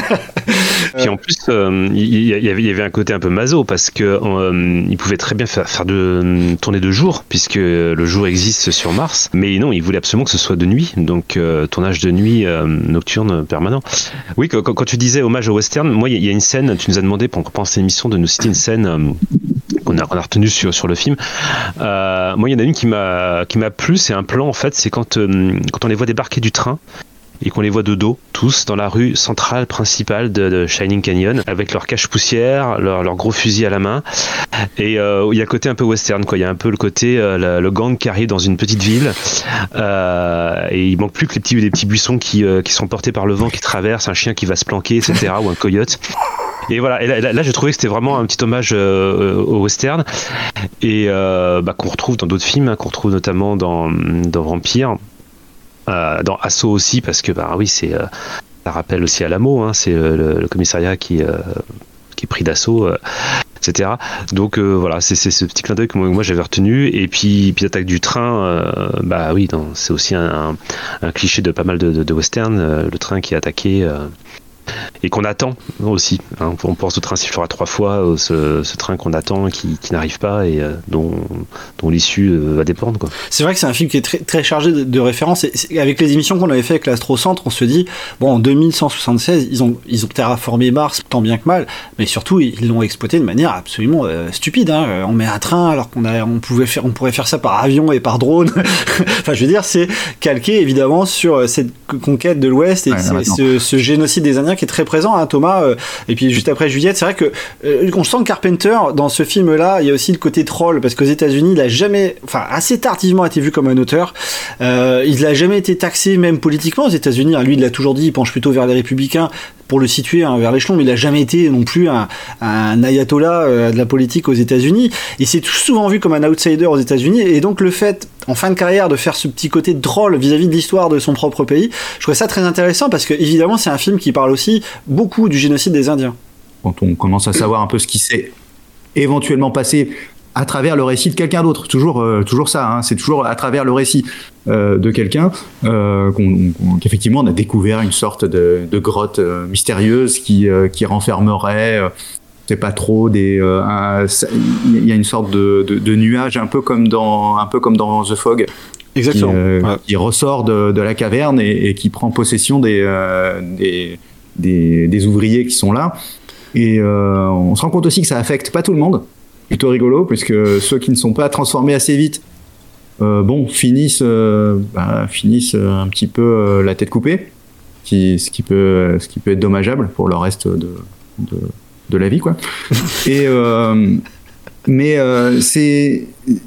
Puis en plus, euh, il, y avait, il y avait un côté un peu maso parce que euh, il pouvait très bien faire, faire de tourner de jour puisque le jour existe sur Mars, mais non, il voulait absolument que ce soit de nuit, donc euh, tournage de nuit euh, nocturne permanent. Oui, quand, quand tu disais hommage au western, moi il y, y a une scène, tu nous as demandé pour commencer l'émission de nous citer une scène euh, qu'on a, qu'on a retenue sur sur le film. Euh, moi il y en a une qui m'a qui m'a plu, c'est un plan en fait, c'est quand euh, quand on les voit débarquer du train et qu'on les voit de dos, tous, dans la rue centrale principale de, de Shining Canyon, avec leur cache-poussière, leur, leur gros fusil à la main. Et euh, il y a le côté un peu western, quoi. Il y a un peu le côté, euh, le, le gang qui arrive dans une petite ville, euh, et il manque plus que les petits, les petits buissons qui, euh, qui sont portés par le vent, qui traversent, un chien qui va se planquer, et cetera, ou un coyote. Et voilà, et là, là, là j'ai trouvé que c'était vraiment un petit hommage euh, au western, et euh, bah, qu'on retrouve dans d'autres films, hein, qu'on retrouve notamment dans, dans Vampire. Euh, dans Assaut aussi, parce que bah oui, c'est euh, ça rappelle aussi Alamo, hein, c'est euh, le, le commissariat qui euh, qui est pris d'assaut, euh, et cetera. Donc euh, voilà, c'est, c'est ce petit clin d'œil que moi, moi j'avais retenu. Et puis, puis l'attaque du train, euh, bah oui, non, c'est aussi un, un, un cliché de pas mal de, de, de western, euh, le train qui est attaqué. Euh, et qu'on attend aussi, hein. On pense au train sifflera trois fois, ce, ce train qu'on attend qui, qui n'arrive pas et euh, dont, dont l'issue euh, va dépendre, quoi. C'est vrai que c'est un film qui est très, très chargé de, de références, et avec les émissions qu'on avait fait avec l'Astrocentre, on se dit bon, en deux mille cent soixante-seize ils ont, ils ont terraformé Mars tant bien que mal, mais surtout ils l'ont exploité de manière absolument euh, stupide, hein. On met un train alors qu'on a, on pouvait faire, on pourrait faire ça par avion et par drone. Enfin je veux dire, c'est calqué évidemment sur cette conquête de l'Ouest et ouais, ce, ce génocide des Indiens qui est très présent, hein, Thomas, euh, et puis juste après Juliette. C'est vrai que euh, on sent que Carpenter dans ce film là, il y a aussi le côté troll, parce qu'aux États-Unis il a jamais, enfin assez tardivement été vu comme un auteur, euh, il n'a jamais été taxé même politiquement aux États-Unis, hein. Lui il l'a toujours dit, il penche plutôt vers les républicains pour le situer hein, vers l'échelon, mais il a jamais été non plus un, un ayatollah euh, de la politique aux États-Unis. Il s'est souvent vu comme un outsider aux États-Unis, et donc le fait, en fin de carrière, de faire ce petit côté drôle vis-à-vis de l'histoire de son propre pays, je trouvais ça très intéressant parce que évidemment c'est un film qui parle aussi beaucoup du génocide des Indiens. Quand on commence à savoir un peu ce qui s'est éventuellement passé à travers le récit de quelqu'un d'autre, toujours, euh, toujours ça, hein, c'est toujours à travers le récit euh, de quelqu'un euh, qu'on, qu'on, qu'effectivement on a découvert une sorte de, de grotte euh, mystérieuse qui, euh, qui renfermerait, euh, c'est pas trop des, il euh, y a une sorte de, de, de nuage un peu comme dans, un peu comme dans The Fog. Exactement. Qui, euh, ouais. qui ressort de, de la caverne et, et qui prend possession des, euh, des, des, des ouvriers qui sont là. Et euh, on se rend compte aussi que ça affecte pas tout le monde. Plutôt rigolo, puisque ceux qui ne sont pas transformés assez vite, euh, bon, finissent, euh, bah, finissent un petit peu euh, la tête coupée, qui, ce, qui peut, ce qui peut être dommageable pour le reste de, de, de la vie, quoi. Et, euh, mais euh, c'est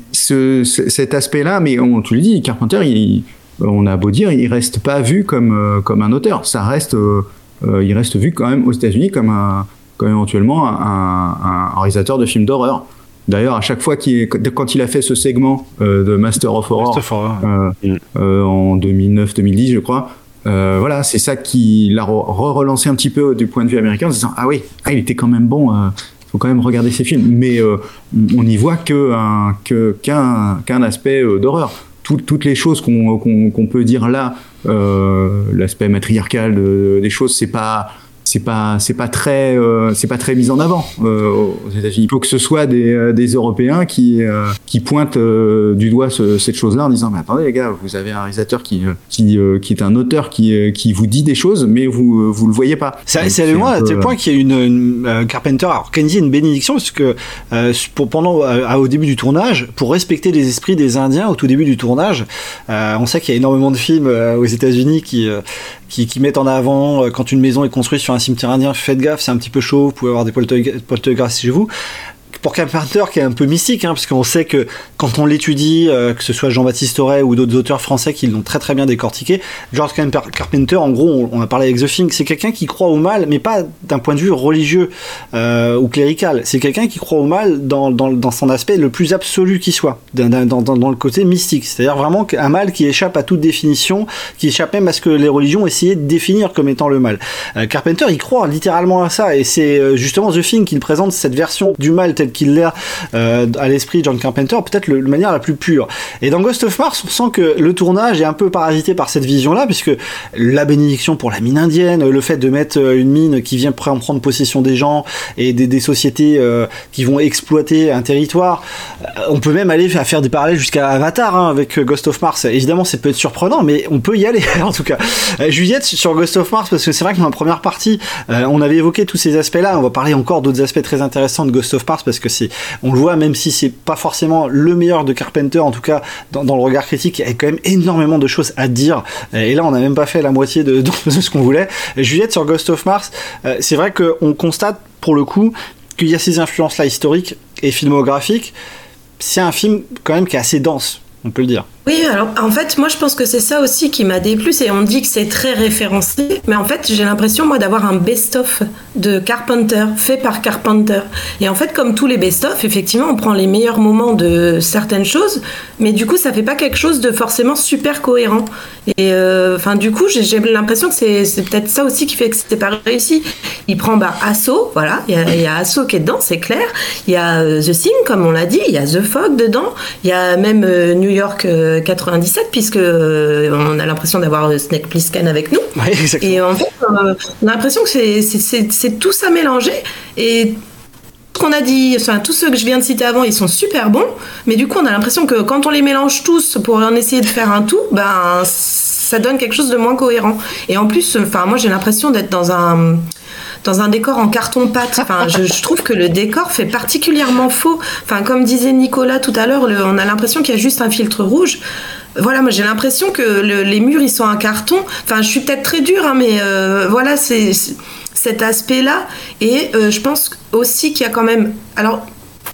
ce, cet aspect-là, mais on te le dit, Carpenter, il, on a beau dire, il reste pas vu comme, comme un auteur. Ça reste, euh, il reste vu quand même aux États-Unis comme un comme éventuellement un, un, un réalisateur de films d'horreur. D'ailleurs, à chaque fois qu'il, quand il a fait ce segment euh, de Master of Horror, Master of Horror euh, mm. euh, en deux mille neuf deux mille dix, je crois, euh, voilà, c'est ça qui l'a re-relancé un petit peu du point de vue américain, en se disant ah oui, ah, il était quand même bon, il euh, faut quand même regarder ses films. Mais euh, on n'y voit que un, que, qu'un, qu'un aspect euh, d'horreur. Tout, toutes les choses qu'on, qu'on, qu'on peut dire là, euh, l'aspect matriarcal de, des choses, c'est pas c'est pas c'est pas très euh, c'est pas très mis en avant euh, aux États-Unis. Il faut que ce soit des, euh, des Européens qui euh, qui pointent euh, du doigt ce, cette chose-là en disant mais attendez les gars, vous avez un réalisateur qui qui euh, qui est un auteur qui euh, qui vous dit des choses mais vous vous le voyez pas. C'est, c'est le moins à tel point qu'il y a une, une euh, Carpenter a organisé une bénédiction parce que euh, pour pendant euh, au début du tournage, pour respecter les esprits des Indiens au tout début du tournage, euh, on sait qu'il y a énormément de films euh, aux États-Unis qui euh, qui qui mettent en avant euh, quand une maison est construite sur un cimetière indien, faites gaffe, c'est un petit peu chaud, vous pouvez avoir des poltergeists chez vous. Pour Carpenter, qui est un peu mystique, hein, parce qu'on sait que quand on l'étudie, euh, que ce soit Jean-Baptiste Aurey ou d'autres auteurs français qui l'ont très très bien décortiqué, George Carpenter, en gros, on, on a parlé avec The Thing, c'est quelqu'un qui croit au mal, mais pas d'un point de vue religieux euh, ou clérical. C'est quelqu'un qui croit au mal dans, dans, dans son aspect le plus absolu qui soit, dans, dans, dans, dans le côté mystique. C'est-à-dire vraiment un mal qui échappe à toute définition, qui échappe même à ce que les religions essayaient de définir comme étant le mal. Euh, Carpenter, il croit littéralement à ça, et c'est euh, justement The Thing qui présente cette version du mal telle qu'il l'est euh, à l'esprit de John Carpenter, peut-être de manière la plus pure. Et dans Ghost of Mars, on sent que le tournage est un peu parasité par cette vision-là, puisque la bénédiction pour la mine indienne, le fait de mettre une mine qui vient prendre possession des gens et des, des sociétés euh, qui vont exploiter un territoire, on peut même aller à faire des parallèles jusqu'à Avatar hein, avec Ghost of Mars. Évidemment, ça peut être surprenant, mais on peut y aller en tout cas. Euh, Juliette, sur Ghost of Mars, parce que c'est vrai que dans la première partie, euh, on avait évoqué tous ces aspects-là. On va parler encore d'autres aspects très intéressants de Ghost of Mars, parce que c'est on le voit, même si c'est pas forcément le meilleur de Carpenter, en tout cas dans, dans le regard critique, il y a quand même énormément de choses à dire. Et là, on n'a même pas fait la moitié de, de, de ce qu'on voulait. Juliette, sur Ghost of Mars, euh, c'est vrai qu'on constate pour le coup qu'il y a ces influences-là historiques et filmographiques. C'est un film quand même qui est assez dense, on peut le dire. Oui, alors en fait, moi je pense que c'est ça aussi qui m'a déplu, c'est on dit que c'est très référencé, mais en fait j'ai l'impression moi d'avoir un best-of de Carpenter, fait par Carpenter. Et en fait, comme tous les best-of, effectivement, on prend les meilleurs moments de certaines choses, mais du coup ça fait pas quelque chose de forcément super cohérent. Et enfin euh, du coup j'ai, j'ai l'impression que c'est, c'est peut-être ça aussi qui fait que c'était pas réussi. Il prend bah, Assaut, voilà, il y a, y a Assaut qui est dedans, c'est clair. Il y a euh, The Thing, comme on l'a dit, il y a The Fog dedans, il y a même euh, New York euh, quatre-vingt-dix-sept, puisque euh, on a l'impression d'avoir euh, Snake Plissken avec nous. Ouais, exactement. Et en fait, euh, on a l'impression que c'est, c'est, c'est, c'est tout ça mélangé. Et ce qu'on a dit, enfin, tous ceux que je viens de citer avant, ils sont super bons. Mais du coup, on a l'impression que quand on les mélange tous pour en essayer de faire un tout, ben, ça donne quelque chose de moins cohérent. Et en plus, enfin, moi, j'ai l'impression d'être dans un... dans un décor en carton-pâte. Enfin, je, je trouve que le décor fait particulièrement faux. Enfin, comme disait Nicolas tout à l'heure, le, on a l'impression qu'il y a juste un filtre rouge. Voilà, moi j'ai l'impression que le, les murs ils sont en carton. Enfin, je suis peut-être très dure, hein, mais euh, voilà, c'est, c'est cet aspect-là. Et euh, je pense aussi qu'il y a quand même... Alors,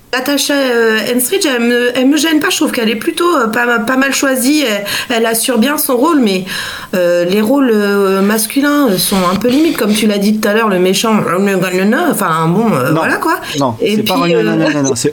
Natasha euh, Henstridge, elle me, elle me gêne pas. Je trouve qu'elle est plutôt euh, pas, pas mal choisie. Elle, elle assure bien son rôle, mais euh, les rôles euh, masculins sont un peu limites, comme tu l'as dit tout à l'heure, le méchant. Enfin bon, euh, voilà quoi. Non, Et c'est puis, pas euh... non, non, non, non, c'est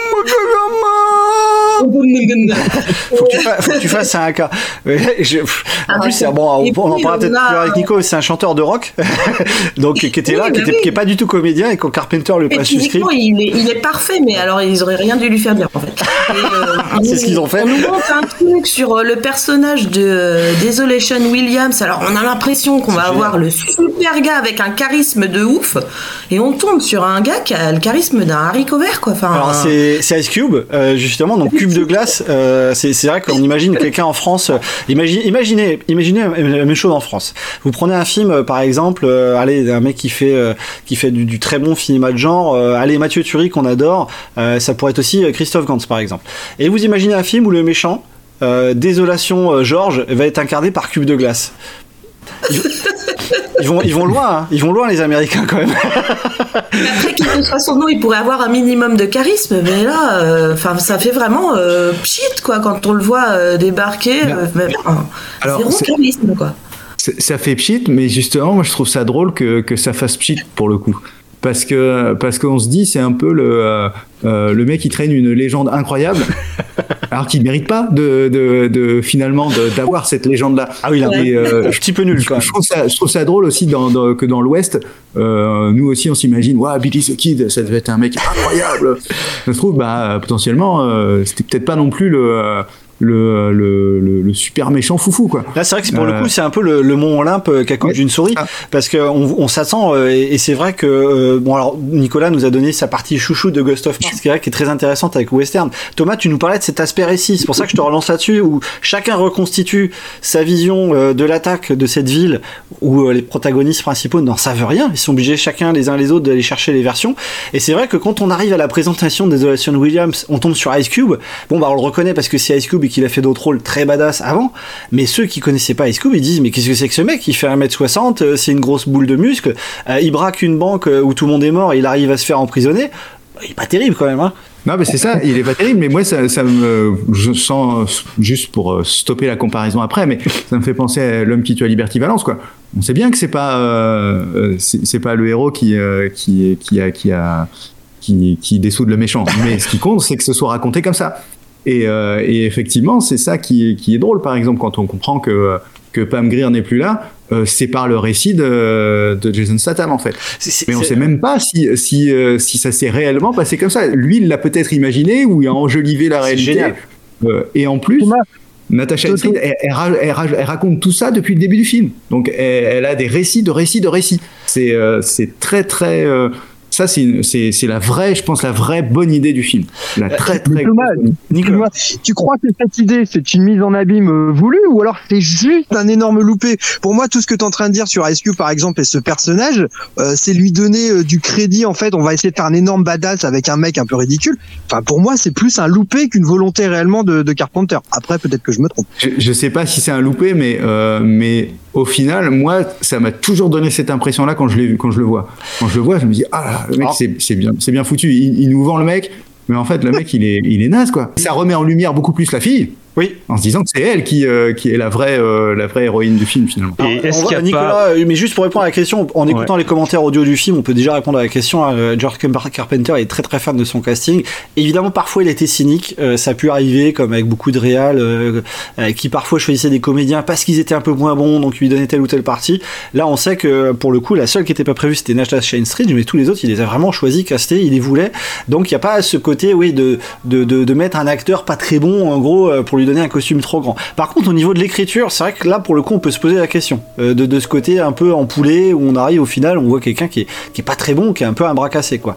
faut, que tu fasses, faut que tu fasses un cas. Je, en plus, c'est bon. On, on en parlera peut-être plus avec Nico. C'est un chanteur de rock, donc qui était là, oui, qui, était, oui. qui est pas du tout comédien, et quand Carpenter le passe le script. Il est, il est parfait, mais alors ils auraient rien dû lui faire dire en fait. Et, euh, c'est ce qu'ils ont fait. On nous montre un truc sur le personnage de euh, Desolation Williams. Alors on a l'impression qu'on va avoir le super gars avec un charisme de ouf, et on tombe sur un gars qui a le charisme d'un haricot vert quoi. Enfin. Alors c'est, c'est Ice Cube euh, justement, donc Cube de glace. Euh, c'est, c'est vrai qu'on imagine quelqu'un en France. Euh, imaginez, imaginez, imaginez la même chose en France. Vous prenez un film, euh, par exemple, euh, allez, un mec qui fait euh, qui fait du, du très bon cinéma de genre. Euh, allez, Mathieu Turi qu'on adore. Euh, ça pourrait être aussi Christophe Gans par exemple. Et vous imaginez un film où le méchant, euh, Désolation euh, Georges, va être incarné par Cube de glace. Ils, ils vont, ils vont loin, hein. Ils vont loin les Américains quand même. Après qu'il soit son nom, il pourrait avoir un minimum de charisme, mais là, enfin, euh, ça fait vraiment euh, pchit quoi quand on le voit euh, débarquer. Euh, enfin, Alors, zéro c'est... charisme quoi. C'est, ça fait pchit, mais justement, moi je trouve ça drôle que que ça fasse pchit pour le coup. Parce que parce qu'on se dit c'est un peu le euh, euh, le mec qui traîne une légende incroyable alors qu'il mérite pas de de, de finalement de, d'avoir cette légende là. Ah oui, il est euh, un petit peu nul quoi. Je, je trouve ça je trouve ça drôle aussi dans, dans que dans l'Ouest euh, nous aussi on s'imagine ouais Billy the Kid ça devait être un mec incroyable. Je trouve bah potentiellement euh, c'était peut-être pas non plus le euh, Le, le, le, le super méchant foufou quoi. Là c'est vrai que c'est pour euh... le coup c'est un peu le, le mont Olympe euh, qu'accouche ouais, d'une souris ah. parce que on, on s'attend euh, et, et c'est vrai que euh, bon alors Nicolas nous a donné sa partie chouchou de Ghost of Mars qui est vrai qui est très intéressante avec Western. Thomas tu nous parlais de cet aspect récit, c'est pour ça que je te relance là-dessus où chacun reconstitue sa vision euh, de l'attaque de cette ville où euh, les protagonistes principaux n'en savent rien, ils sont obligés chacun les uns les autres d'aller chercher les versions et c'est vrai que quand on arrive à la présentation de Desolation Williams on tombe sur Ice Cube, bon bah on le reconnaît parce que c'est Ice Cube qu'il a fait d'autres rôles très badass avant, mais ceux qui connaissaient pas Ice Cube, ils disent mais qu'est-ce que c'est que ce mec, il fait un mètre soixante, c'est une grosse boule de muscle, euh, il braque une banque où tout le monde est mort et il arrive à se faire emprisonner, il est pas terrible quand même hein. Non mais c'est ça, il est pas terrible, mais moi ça, ça me, je sens, juste pour stopper la comparaison après, mais ça me fait penser à L'homme qui tue à Liberty Valance quoi. On sait bien que c'est pas, euh, c'est, c'est pas le héros qui, euh, qui, qui a, qui a, qui, qui dessoude le méchant, mais ce qui compte c'est que ce soit raconté comme ça. Et, euh, et effectivement, c'est ça qui, qui est drôle, par exemple, quand on comprend que, que Pam Grier n'est plus là, euh, c'est par le récit de, de Jason Statham, en fait. C'est, c'est, Mais on ne sait même pas si, si, euh, si ça s'est réellement passé comme ça. Lui, il l'a peut-être imaginé ou il a enjolivé la réalité. Euh, et en plus, Natasha Henstridge, elle, elle, elle, elle raconte tout ça depuis le début du film. Donc, elle, elle a des récits de récits de récits. C'est, euh, c'est très, très... Euh, Ça, c'est, une, c'est, c'est la vraie, je pense, la vraie bonne idée du film. La très, très Thomas, Nicolas, tu crois que cette idée, c'est une mise en abîme voulue ou alors c'est juste un énorme loupé? Pour moi, tout ce que tu es en train de dire sur Ice Cube, par exemple, et ce personnage, euh, c'est lui donner euh, du crédit, en fait. On va essayer de faire un énorme badass avec un mec un peu ridicule. Enfin, pour moi, c'est plus un loupé qu'une volonté réellement de, de Carpenter. Après, peut-être que je me trompe. Je, je sais pas si c'est un loupé, mais, euh, mais au final, moi, ça m'a toujours donné cette impression-là quand je l'ai vu, quand je le vois. Quand je le vois, je me dis, ah, le mec, c'est, c'est bien, c'est bien foutu. Il, il nous vend le mec, mais en fait, le mec, il est, il est naze, quoi. Ça remet en lumière beaucoup plus la fille. Oui. En se disant que c'est elle qui, euh, qui est la vraie, euh, la vraie héroïne du film, finalement. Alors, et est-ce qu'il y a Nicolas, pas... mais juste pour répondre à la question, en écoutant ouais. les commentaires audio du film, on peut déjà répondre à la question. Hein, George Carpenter est très très fan de son casting. Évidemment, parfois il était cynique. Euh, ça a pu arriver, comme avec beaucoup de réals, euh, euh, qui parfois choisissaient des comédiens parce qu'ils étaient un peu moins bons, donc ils lui donnaient telle ou telle partie. Là, on sait que pour le coup, la seule qui n'était pas prévue, c'était Natasha Henstridge, mais tous les autres, il les a vraiment choisis, castés, il les voulait. Donc il n'y a pas ce côté, oui, de, de, de, de mettre un acteur pas très bon, en gros, pour lui donner un costume trop grand. Par contre, au niveau de l'écriture, c'est vrai que là, pour le coup, on peut se poser la question euh, de, de ce côté un peu empoulé où on arrive au final, on voit quelqu'un qui est, qui est pas très bon, qui est un peu un bras cassé, quoi.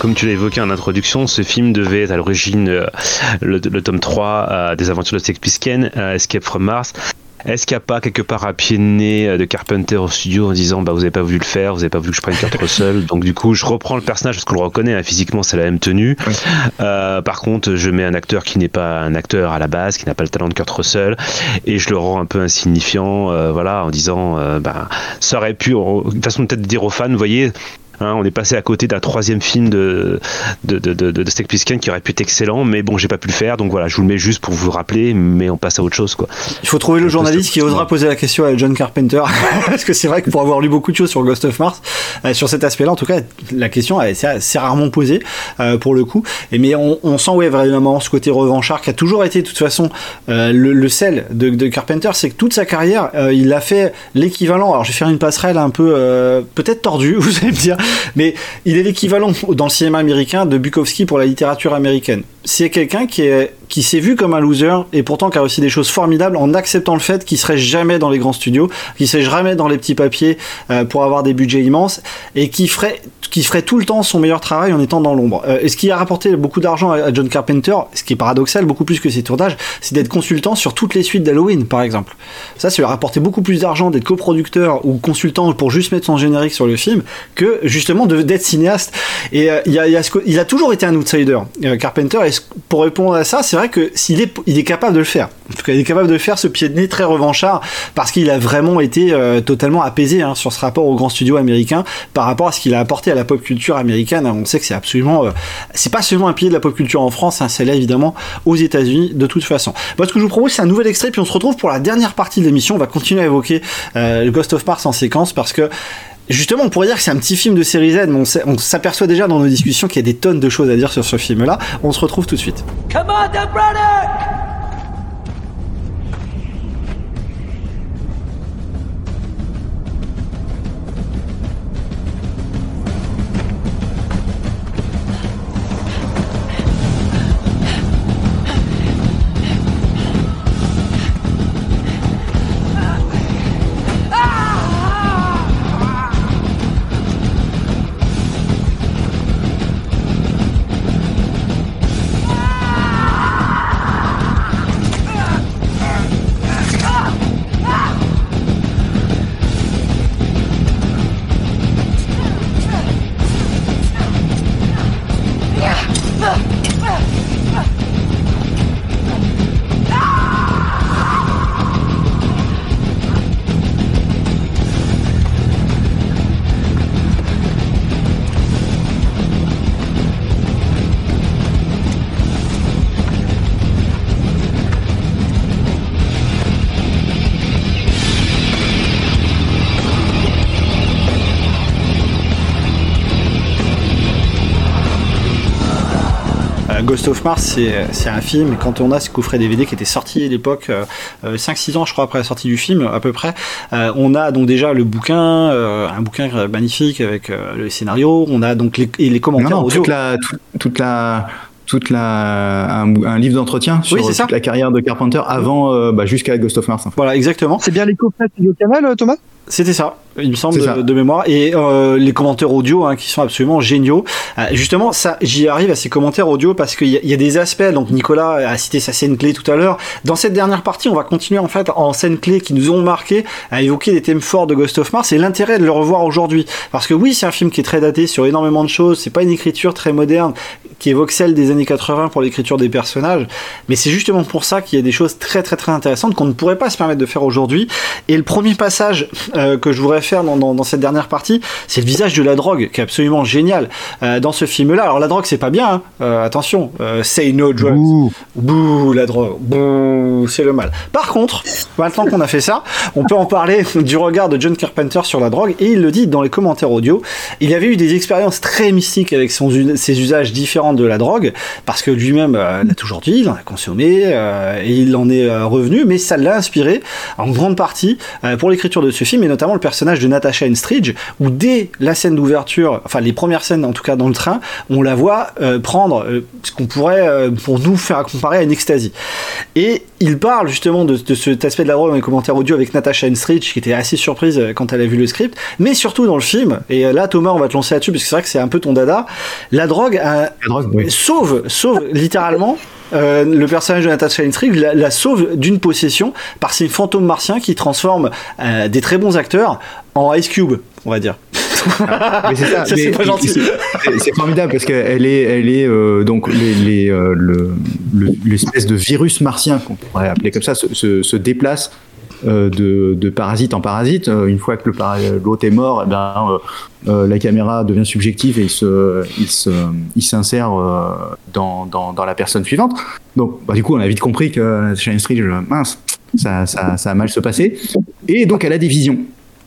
comme tu l'as évoqué en introduction, ce film devait être à l'origine euh, le, le tome trois euh, des aventures de Snake Plissken, euh, Escape from Mars. Est-ce qu'il n'y a pas quelque part un pied de nez de Carpenter au studio en disant bah vous n'avez pas voulu le faire, vous n'avez pas voulu que je prenne Kurt Russell, donc du coup je reprends le personnage parce qu'on le reconnaît, hein, physiquement c'est la même tenue. Oui. Euh, par contre je mets un acteur qui n'est pas un acteur à la base, qui n'a pas le talent de Kurt Russell, et je le rends un peu insignifiant, euh, voilà, en disant euh, bah ça aurait pu, de façon peut-être de dire aux fans, vous voyez. Hein, on est passé à côté d'un troisième film de, de, de, de, de Snake Plissken qui aurait pu être excellent, mais bon, j'ai pas pu le faire, donc voilà, je vous le mets juste pour vous rappeler, mais on passe à autre chose, quoi. Il faut trouver le journaliste qui osera poser la question à John Carpenter, parce que c'est vrai que pour avoir lu beaucoup de choses sur Ghost of Mars, euh, sur cet aspect-là, en tout cas, la question est assez rarement posée, euh, pour le coup, et, mais on, on sent, ouais, vraiment, ce côté revanchard qui a toujours été, de toute façon, euh, le, le sel de, de Carpenter, c'est que toute sa carrière, euh, il a fait l'équivalent, alors je vais faire une passerelle un peu, euh, peut-être tordue, vous allez me dire, mais il est l'équivalent dans le cinéma américain de Bukowski pour la littérature américaine. C'est quelqu'un qui est qui s'est vu comme un loser et pourtant qui a réussi des choses formidables en acceptant le fait qu'il serait jamais dans les grands studios, qu'il serait jamais dans les petits papiers euh, pour avoir des budgets immenses et qui ferait qui ferait tout le temps son meilleur travail en étant dans l'ombre. Euh, et ce qui a rapporté beaucoup d'argent à John Carpenter, ce qui est paradoxal, beaucoup plus que ses tournages, c'est d'être consultant sur toutes les suites d'Halloween, par exemple. Ça, ça lui a rapporté beaucoup plus d'argent d'être coproducteur ou consultant pour juste mettre son générique sur le film que justement de, d'être cinéaste. Et euh, il, a, il, a, il a toujours été un outsider, euh, Carpenter. Et pour répondre à ça, c'est vrai que s'il est, il est capable de le faire. En tout cas, il est capable de faire ce pied de nez très revanchard parce qu'il a vraiment été euh, totalement apaisé hein, sur ce rapport aux grands studios américains par rapport à ce qu'il a apporté à la pop culture américaine. On sait que c'est absolument, euh, c'est pas seulement un pilier de la pop culture en France, hein, c'est là évidemment aux États-Unis de toute façon. Moi, ce que je vous propose, c'est un nouvel extrait, puis on se retrouve pour la dernière partie de l'émission. On va continuer à évoquer euh, le Ghost of Mars en séquence parce que justement, on pourrait dire que c'est un petit film de série Z, mais on, on s'aperçoit déjà dans nos discussions qu'il y a des tonnes de choses à dire sur ce film-là. On se retrouve tout de suite. Commander Braddock! Ghost of Mars, c'est, c'est un film, quand on a ce coffret D V D qui était sorti à l'époque, euh, cinq six ans je crois après la sortie du film à peu près, euh, on a donc déjà le bouquin, euh, un bouquin magnifique avec euh, le scénario, on a donc les, et les commentaires non, non, audio. Toute la, toute, toute la... toute la un, un livre d'entretien sur oui, toute ça. la carrière de Carpenter avant euh, bah, jusqu'à Ghost of Mars. En fait. Voilà, exactement. C'est bien les coffrets Studio Canal, Thomas ? C'était ça, il me semble, de, de mémoire. Et euh, les commentaires audio hein, qui sont absolument géniaux. Euh, justement, ça, j'y arrive à ces commentaires audio parce qu'il y, y a des aspects. Donc Nicolas a cité sa scène clé tout à l'heure. Dans cette dernière partie, on va continuer en fait en scène clé qui nous ont marqué à évoquer des thèmes forts de Ghost of Mars et l'intérêt de le revoir aujourd'hui. Parce que oui, c'est un film qui est très daté sur énormément de choses. C'est pas une écriture très moderne qui évoque celle des années quatre-vingts pour l'écriture des personnages. Mais c'est justement pour ça qu'il y a des choses très très très intéressantes qu'on ne pourrait pas se permettre de faire aujourd'hui. Et le premier passage euh, que je voudrais faire dans, dans, dans cette dernière partie, c'est le visage de la drogue qui est absolument génial euh, dans ce film-là. Alors la drogue c'est pas bien, hein. euh, attention, euh, say no drugs, bouh. Bouh, la drogue, bouh, c'est le mal. Par contre, maintenant qu'on a fait ça, on peut en parler du regard de John Carpenter sur la drogue et il le dit dans les commentaires audio. Il avait eu des expériences très mystiques avec son, ses usages différents de la drogue parce que lui-même euh, l'a toujours dit, il en a consommé euh, et il en est euh, revenu, mais ça l'a inspiré en grande partie euh, pour l'écriture de ce film et notamment le personnage de Natasha Henstridge où dès la scène d'ouverture, enfin les premières scènes en tout cas dans le train, on la voit euh, prendre euh, ce qu'on pourrait euh, pour nous faire comparer à une ecstasy. Et il parle justement de, de cet aspect de la drogue dans les commentaires audio avec Natasha Henstridge, qui était assez surprise quand elle a vu le script, mais surtout dans le film, et là Thomas on va te lancer là-dessus, parce que c'est vrai que c'est un peu ton dada, la drogue, a, la drogue oui. sauve, sauve littéralement euh, le personnage de Natasha Henstridge, la, la sauve d'une possession par ces fantômes martiens qui transforment euh, des très bons acteurs en Ice Cube, on va dire. Ah, mais c'est ça, ça mais, c'est pas gentil. C'est, c'est formidable parce qu'elle est, elle est euh, donc les, les, euh, le, le, l'espèce de virus martien qu'on pourrait appeler comme ça se, se, se déplace euh, de, de parasite en parasite. Euh, une fois que le par- l'hôte est mort, eh ben, euh, euh, la caméra devient subjective et il, se, il, se, il s'insère euh, dans, dans, dans la personne suivante. Donc, bah, du coup, on a vite compris que Shane Street, mince, ça, ça, ça a mal se passer. Et donc, elle a des visions.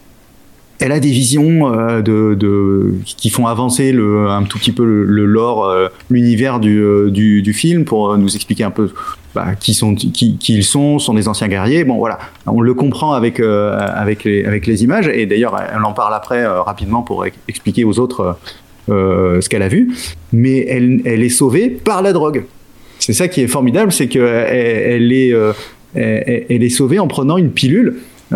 Elle a des visions euh, de, de, qui font avancer le, un tout petit peu le, le lore, euh, l'univers du, euh, du, du film pour nous expliquer un peu bah, qui, sont, qui, qui ils sont, sont des anciens guerriers. Bon, voilà, on le comprend avec, euh, avec, les, avec les images et d'ailleurs, elle en parle après euh, rapidement pour expliquer aux autres euh, ce qu'elle a vu. Mais elle, elle est sauvée par la drogue. C'est ça qui est formidable, c'est qu'elle elle est, euh, elle, elle est sauvée en prenant une pilule.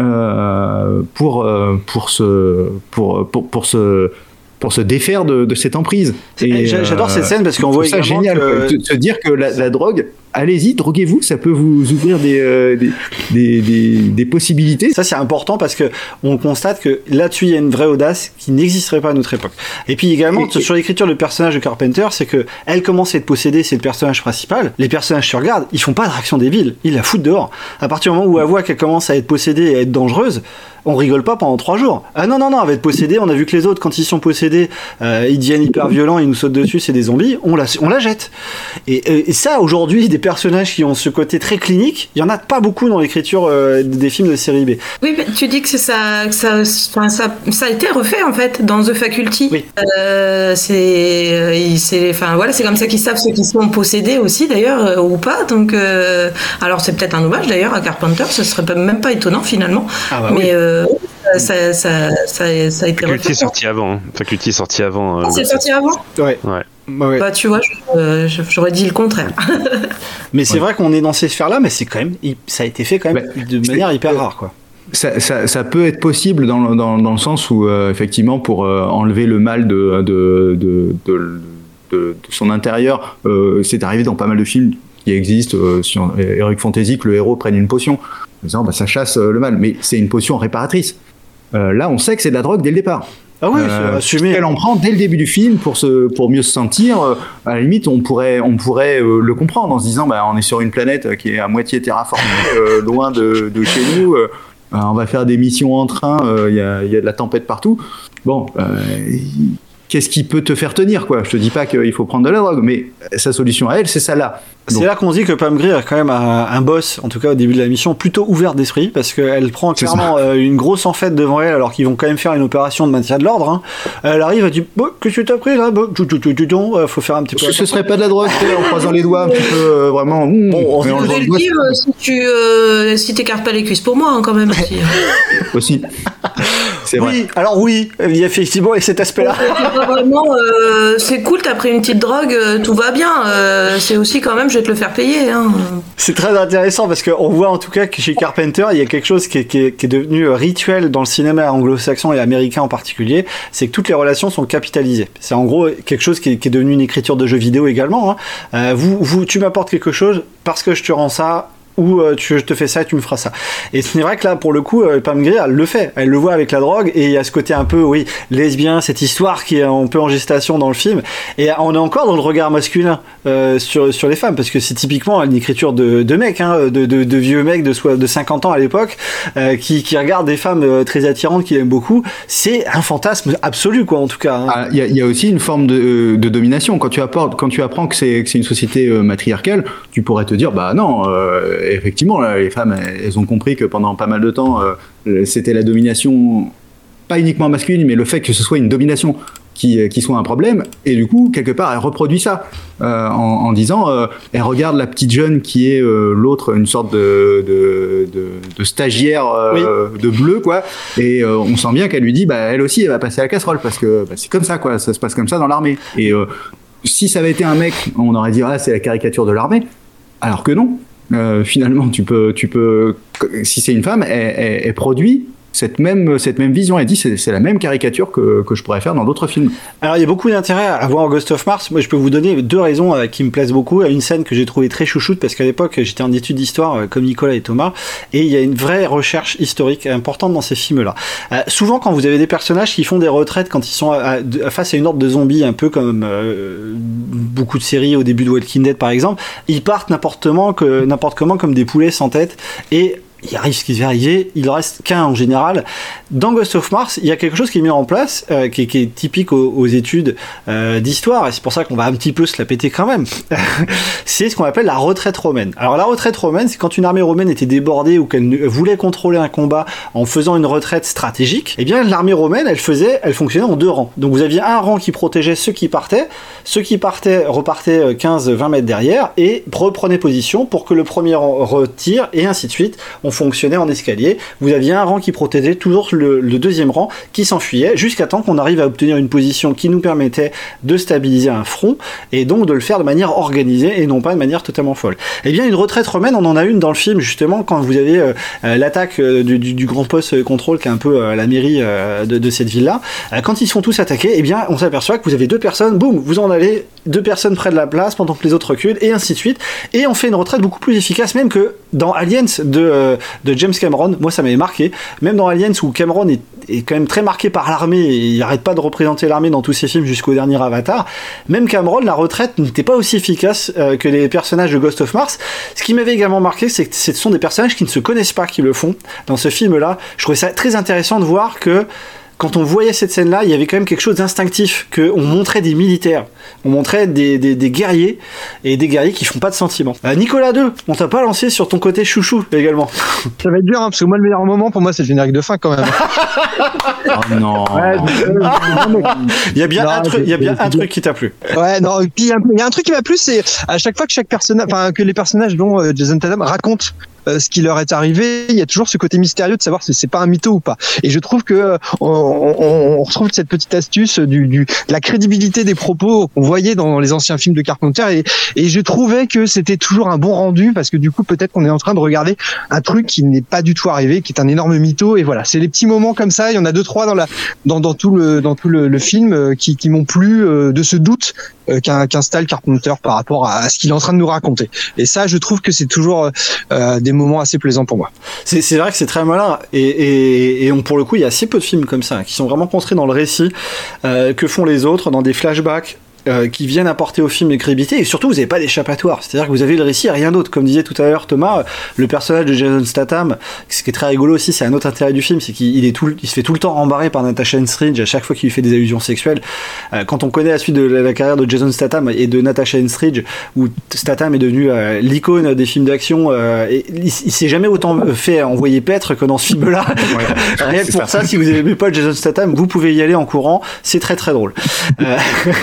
Euh, pour, euh, pour, se, pour, pour, pour, se, pour se défaire de, de cette emprise. Et, j'adore euh, cette scène parce qu'on voit ça également génial, que... de se dire que la, la drogue, allez-y, droguez-vous, ça peut vous ouvrir des, euh, des, des, des, des possibilités. Ça, c'est important parce que on constate que là-dessus, il y a une vraie audace qui n'existerait pas à notre époque. Et puis également, et, sur l'écriture du personnage de Carpenter, c'est que elle commence à être possédée, c'est le personnage principal. Les personnages se regardent, ils font pas de réaction débile, ils la foutent dehors. À partir du moment où elle voit qu'elle commence à être possédée et à être dangereuse, on rigole pas pendant trois jours. Ah non, non, non, elle va être possédée, on a vu que les autres, quand ils sont possédés, euh, ils deviennent hyper violents, ils nous sautent dessus, c'est des zombies, on la, on la jette. Et, et ça, aujourd'hui, des personnages qui ont ce côté très clinique, il y en a pas beaucoup dans l'écriture euh, des films de série B. Oui, mais tu dis que c'est ça, que ça, enfin, ça, ça a été refait en fait dans The Faculty. Oui. Euh, c'est, c'est, enfin voilà, c'est comme ça qu'ils savent ceux qui sont possédés aussi d'ailleurs euh, ou pas. Donc, euh, alors c'est peut-être un hommage d'ailleurs à Carpenter, ce serait même pas étonnant finalement. Ah bah mais oui. euh, Ça, ça, ça, ça a été Faculty refait. est sorti avant. Faculty est sorti avant. Euh, c'est sorti avant. Ouais. Ouais. Ouais. Bah tu vois, je, je, j'aurais dit le contraire. Mais c'est ouais. vrai qu'on est dans ces sphères-là, mais c'est quand même, ça a été fait quand même bah, de manière hyper rare, quoi. Ça, ça, ça peut être possible dans, dans, dans le sens où euh, effectivement pour euh, enlever le mal de, de, de, de, de, de son intérieur, euh, c'est arrivé dans pas mal de films qui existent euh, sur Heroic Fantasy que le héros prenne une potion. En disant, bah, ça chasse euh, le mal, mais c'est une potion réparatrice. Euh, là, on sait que c'est de la drogue dès le départ. Ah oui, euh, c'est assumé. Elle en prend dès le début du film pour, se, pour mieux se sentir. Euh, à la limite, on pourrait, on pourrait euh, le comprendre en se disant, bah, on est sur une planète qui est à moitié terraformée, euh, loin de, de chez nous. Euh, on va faire des missions en train. Il euh, y, a, y a de la tempête partout. Bon. Euh, Qu'est-ce qui peut te faire tenir, quoi ? Je te dis pas qu'il faut prendre de la drogue, mais sa solution à elle, c'est ça là. C'est Donc. là qu'on se dit que Pam Grier est quand même un, un boss, en tout cas au début de la mission, plutôt ouvert d'esprit, parce qu'elle prend clairement euh, une grosse enfête devant elle, alors qu'ils vont quand même faire une opération de maintien de l'ordre. Hein. Elle arrive, elle dit bon, qu'est-ce que tu as pris là bon, tout, tout, tout, tout, tout, euh, faut faire un petit peu. Ce, ce serait pas de la drogue, en croisant les doigts un petit peu, euh, vraiment. Mmh, bon, on va le dire euh, si tu euh, si t'écartes pas les cuisses pour moi, hein, quand même. Aussi. aussi. C'est oui, vrai. alors oui, il y a effectivement cet aspect-là. Vraiment, euh, c'est cool, t'as pris une petite drogue, euh, tout va bien. Euh, c'est aussi quand même, je vais te le faire payer. Hein. C'est très intéressant parce qu'on voit en tout cas que chez Carpenter, il y a quelque chose qui est, qui est, qui est devenu rituel dans le cinéma anglo-saxon et américain en particulier, c'est que toutes les relations sont capitalisées. C'est en gros quelque chose qui est, qui est devenu une écriture de jeux vidéo également. Hein. Euh, vous, vous, tu m'apportes quelque chose parce que je te rends ça. Ou euh, tu, je te fais ça et tu me feras ça. Et c'est vrai que là, pour le coup, euh, Pam Grier, elle le fait. Elle le voit avec la drogue et il y a ce côté un peu, oui, lesbien, cette histoire qui est un peu en gestation dans le film. Et on est encore dans le regard masculin euh, sur, sur les femmes parce que c'est typiquement une écriture de, de mecs, hein, de, de, de vieux mecs de, soit, de cinquante ans à l'époque euh, qui, qui regardent des femmes euh, très attirantes qu'ils aiment beaucoup. C'est un fantasme absolu, quoi, en tout cas. Il hein. ah, y, y a aussi une forme de, de domination. Quand tu, apportes, quand tu apprends que c'est, que c'est une société euh, matriarcale, tu pourrais te dire, bah non, euh, effectivement, là, les femmes, elles ont compris que pendant pas mal de temps, euh, c'était la domination, pas uniquement masculine, mais le fait que ce soit une domination qui, qui soit un problème. Et du coup, quelque part, elle reproduit ça euh, en, en disant, euh, elle regarde la petite jeune qui est euh, l'autre, une sorte de, de, de, de stagiaire euh, oui. de bleu, quoi. Et euh, on sent bien qu'elle lui dit, bah, elle aussi, elle va passer à la casserole parce que bah, c'est comme ça, quoi. Ça se passe comme ça dans l'armée. Et euh, si ça avait été un mec, on aurait dit, ah, c'est la caricature de l'armée. Alors que non. Euh, finalement, tu peux, tu peux, si c'est une femme, elle, elle, elle produit cette même, cette même vision. Elle dit c'est, c'est la même caricature que, que je pourrais faire dans d'autres films. Alors il y a beaucoup d'intérêt à voir Ghost of Mars. Moi je peux vous donner deux raisons euh, qui me plaisent beaucoup. Une scène que j'ai trouvée très chouchoute parce qu'à l'époque j'étais en études d'histoire euh, comme Nicolas et Thomas, et il y a une vraie recherche historique importante dans ces films-là. Euh, souvent quand vous avez des personnages qui font des retraites quand ils sont à, à, à, face à une horde de zombies, un peu comme euh, beaucoup de séries au début de Walking Dead par exemple, ils partent n'importe comment, que, n'importe comment comme des poulets sans tête, et il arrive ce qui devait arriver, il reste qu'un en général. Dans Ghost of Mars, il y a quelque chose qui est mis en place, euh, qui, est, qui est typique aux, aux études euh, d'histoire, et c'est pour ça qu'on va un petit peu se la péter quand même. C'est ce qu'on appelle la retraite romaine. Alors la retraite romaine, c'est quand une armée romaine était débordée ou qu'elle voulait contrôler un combat en faisant une retraite stratégique, eh bien l'armée romaine, elle faisait, elle fonctionnait en deux rangs. Donc vous aviez un rang qui protégeait ceux qui partaient, ceux qui partaient repartaient quinze à vingt mètres derrière et reprenaient position pour que le premier rang retire, et ainsi de suite. On fonctionnait en escalier. Vous aviez un rang qui protégeait toujours le, le deuxième rang qui s'enfuyait jusqu'à temps qu'on arrive à obtenir une position qui nous permettait de stabiliser un front et donc de le faire de manière organisée et non pas de manière totalement folle. Eh bien une retraite romaine, on en a une dans le film justement quand vous avez euh, l'attaque euh, du, du, du grand poste de contrôle qui est un peu euh, la mairie euh, de, de cette ville-là. Euh, quand ils sont tous attaqués, eh bien on s'aperçoit que vous avez deux personnes, boum, vous en allez, deux personnes près de la place pendant que les autres reculent et ainsi de suite. Et on fait une retraite beaucoup plus efficace même que dans Aliens de euh, de James Cameron. Moi ça m'avait marqué, même dans Aliens où Cameron est, est quand même très marqué par l'armée et il arrête pas de représenter l'armée dans tous ses films jusqu'au dernier Avatar. Même Cameron, la retraite n'était pas aussi efficace euh, que les personnages de Ghost of Mars. Ce qui m'avait également marqué, c'est que ce sont des personnages qui ne se connaissent pas qui le font. Dans ce film là, je trouvais ça très intéressant de voir que quand on voyait cette scène-là, il y avait quand même quelque chose d'instinctif, qu'on montrait des militaires, on montrait des, des, des guerriers, et des guerriers qui font pas de sentiments. Euh, Nicolas deux, on t'a pas lancé sur ton côté chouchou également. Ça va être dur, hein, parce que moi le meilleur moment pour moi c'est le générique de fin quand même. Oh non. Ouais, il y a bien non, un truc, il y a bien un truc qui t'a plu. Ouais, non, et puis il y a un truc qui m'a plu, c'est à chaque fois que chaque personnage, enfin que les personnages dont euh, Jason Statham racontent Euh, ce qui leur est arrivé, il y a toujours ce côté mystérieux de savoir si c'est pas un mytho ou pas. Et je trouve que euh, on, on, on retrouve cette petite astuce du, du de la crédibilité des propos qu'on voyait dans les anciens films de Carpenter, et, et je trouvais que c'était toujours un bon rendu parce que du coup peut-être qu'on est en train de regarder un truc qui n'est pas du tout arrivé, qui est un énorme mytho. Et voilà, c'est les petits moments comme ça. Il y en a deux trois dans la dans, dans tout le dans tout le, le film euh, qui, qui m'ont plu euh, de ce doute euh, qu'un, qu'installe Carpenter par rapport à, à ce qu'il est en train de nous raconter. Et ça, je trouve que c'est toujours euh, des moments assez plaisants pour moi. C'est, c'est vrai que c'est très malin et, et, et on, pour le coup il y a assez peu de films comme ça qui sont vraiment construits dans le récit euh, que font les autres dans des flashbacks euh, qui viennent apporter au film une crédibilité, et surtout vous n'avez pas d'échappatoire, c'est-à-dire que vous avez le récit et rien d'autre. Comme disait tout à l'heure Thomas, le personnage de Jason Statham, ce qui est très rigolo aussi, c'est un autre intérêt du film, c'est qu'il est tout, il se fait tout le temps rembarrer par Natasha Henstridge à chaque fois qu'il lui fait des allusions sexuelles. Euh, quand on connaît la suite de la, la carrière de Jason Statham et de Natasha Henstridge, où Statham est devenu euh, l'icône des films d'action, euh, et il, il s'est jamais autant fait envoyer paître que dans ce film-là. Ouais, rien que pour ça, si vous n'aimez pas Jason Statham, vous pouvez y aller en courant, c'est très très drôle. Euh,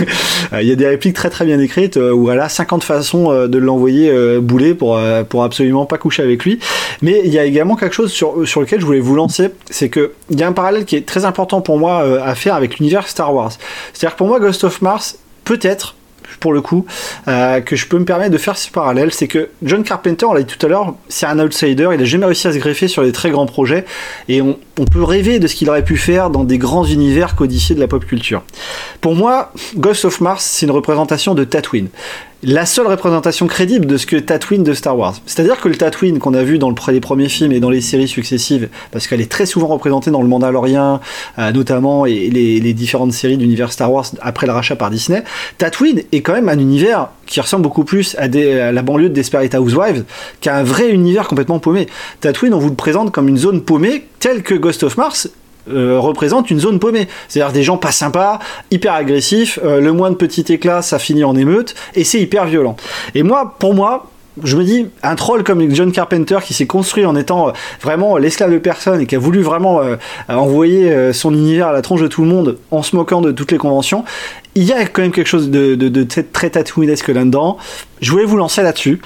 il y a des répliques très très bien écrites euh, où elle a cinquante façons euh, de l'envoyer euh, bouler pour, euh, pour absolument pas coucher avec lui. Mais il y a également quelque chose sur, sur lequel je voulais vous lancer, c'est que il y a un parallèle qui est très important pour moi euh, à faire avec l'univers Star Wars. C'est-à-dire que pour moi Ghost of Mars, peut-être pour le coup, euh, que je peux me permettre de faire ce parallèle, c'est que John Carpenter, on l'a dit tout à l'heure, c'est un outsider, il a jamais réussi à se greffer sur des très grands projets, et on, on peut rêver de ce qu'il aurait pu faire dans des grands univers codifiés de la pop culture. Pour moi, Ghost of Mars, c'est une représentation de Tatooine. La seule représentation crédible de ce que Tatooine de Star Wars. C'est-à-dire que le Tatooine qu'on a vu dans le, les premiers films et dans les séries successives, parce qu'elle est très souvent représentée dans le Mandalorian, euh, notamment, et les, les différentes séries d'univers Star Wars après le rachat par Disney, Tatooine est quand même un univers qui ressemble beaucoup plus à, des, à la banlieue de Desperate Housewives qu'à un vrai univers complètement paumé. Tatooine, on vous le présente comme une zone paumée, telle que Ghost of Mars Euh, représente une zone paumée, c'est-à-dire des gens pas sympas, hyper agressifs, euh, le moindre petit éclat ça finit en émeute et c'est hyper violent. Et moi, pour moi, je me dis, un troll comme John Carpenter qui s'est construit en étant euh, vraiment l'esclave de personne et qui a voulu vraiment euh, envoyer euh, son univers à la tronche de tout le monde en se moquant de toutes les conventions, il y a quand même quelque chose de, de, de très, très tatooinesque là-dedans. Je voulais vous lancer là-dessus.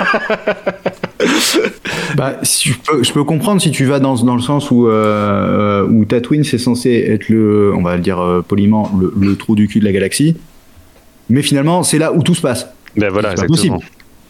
Bah, si je, peux, je peux comprendre si tu vas dans, dans le sens où, euh, où Tatooine c'est censé être le, on va le dire euh, poliment, le, le trou du cul de la galaxie, mais finalement c'est là où tout se passe. Ben voilà, c'est pas possible.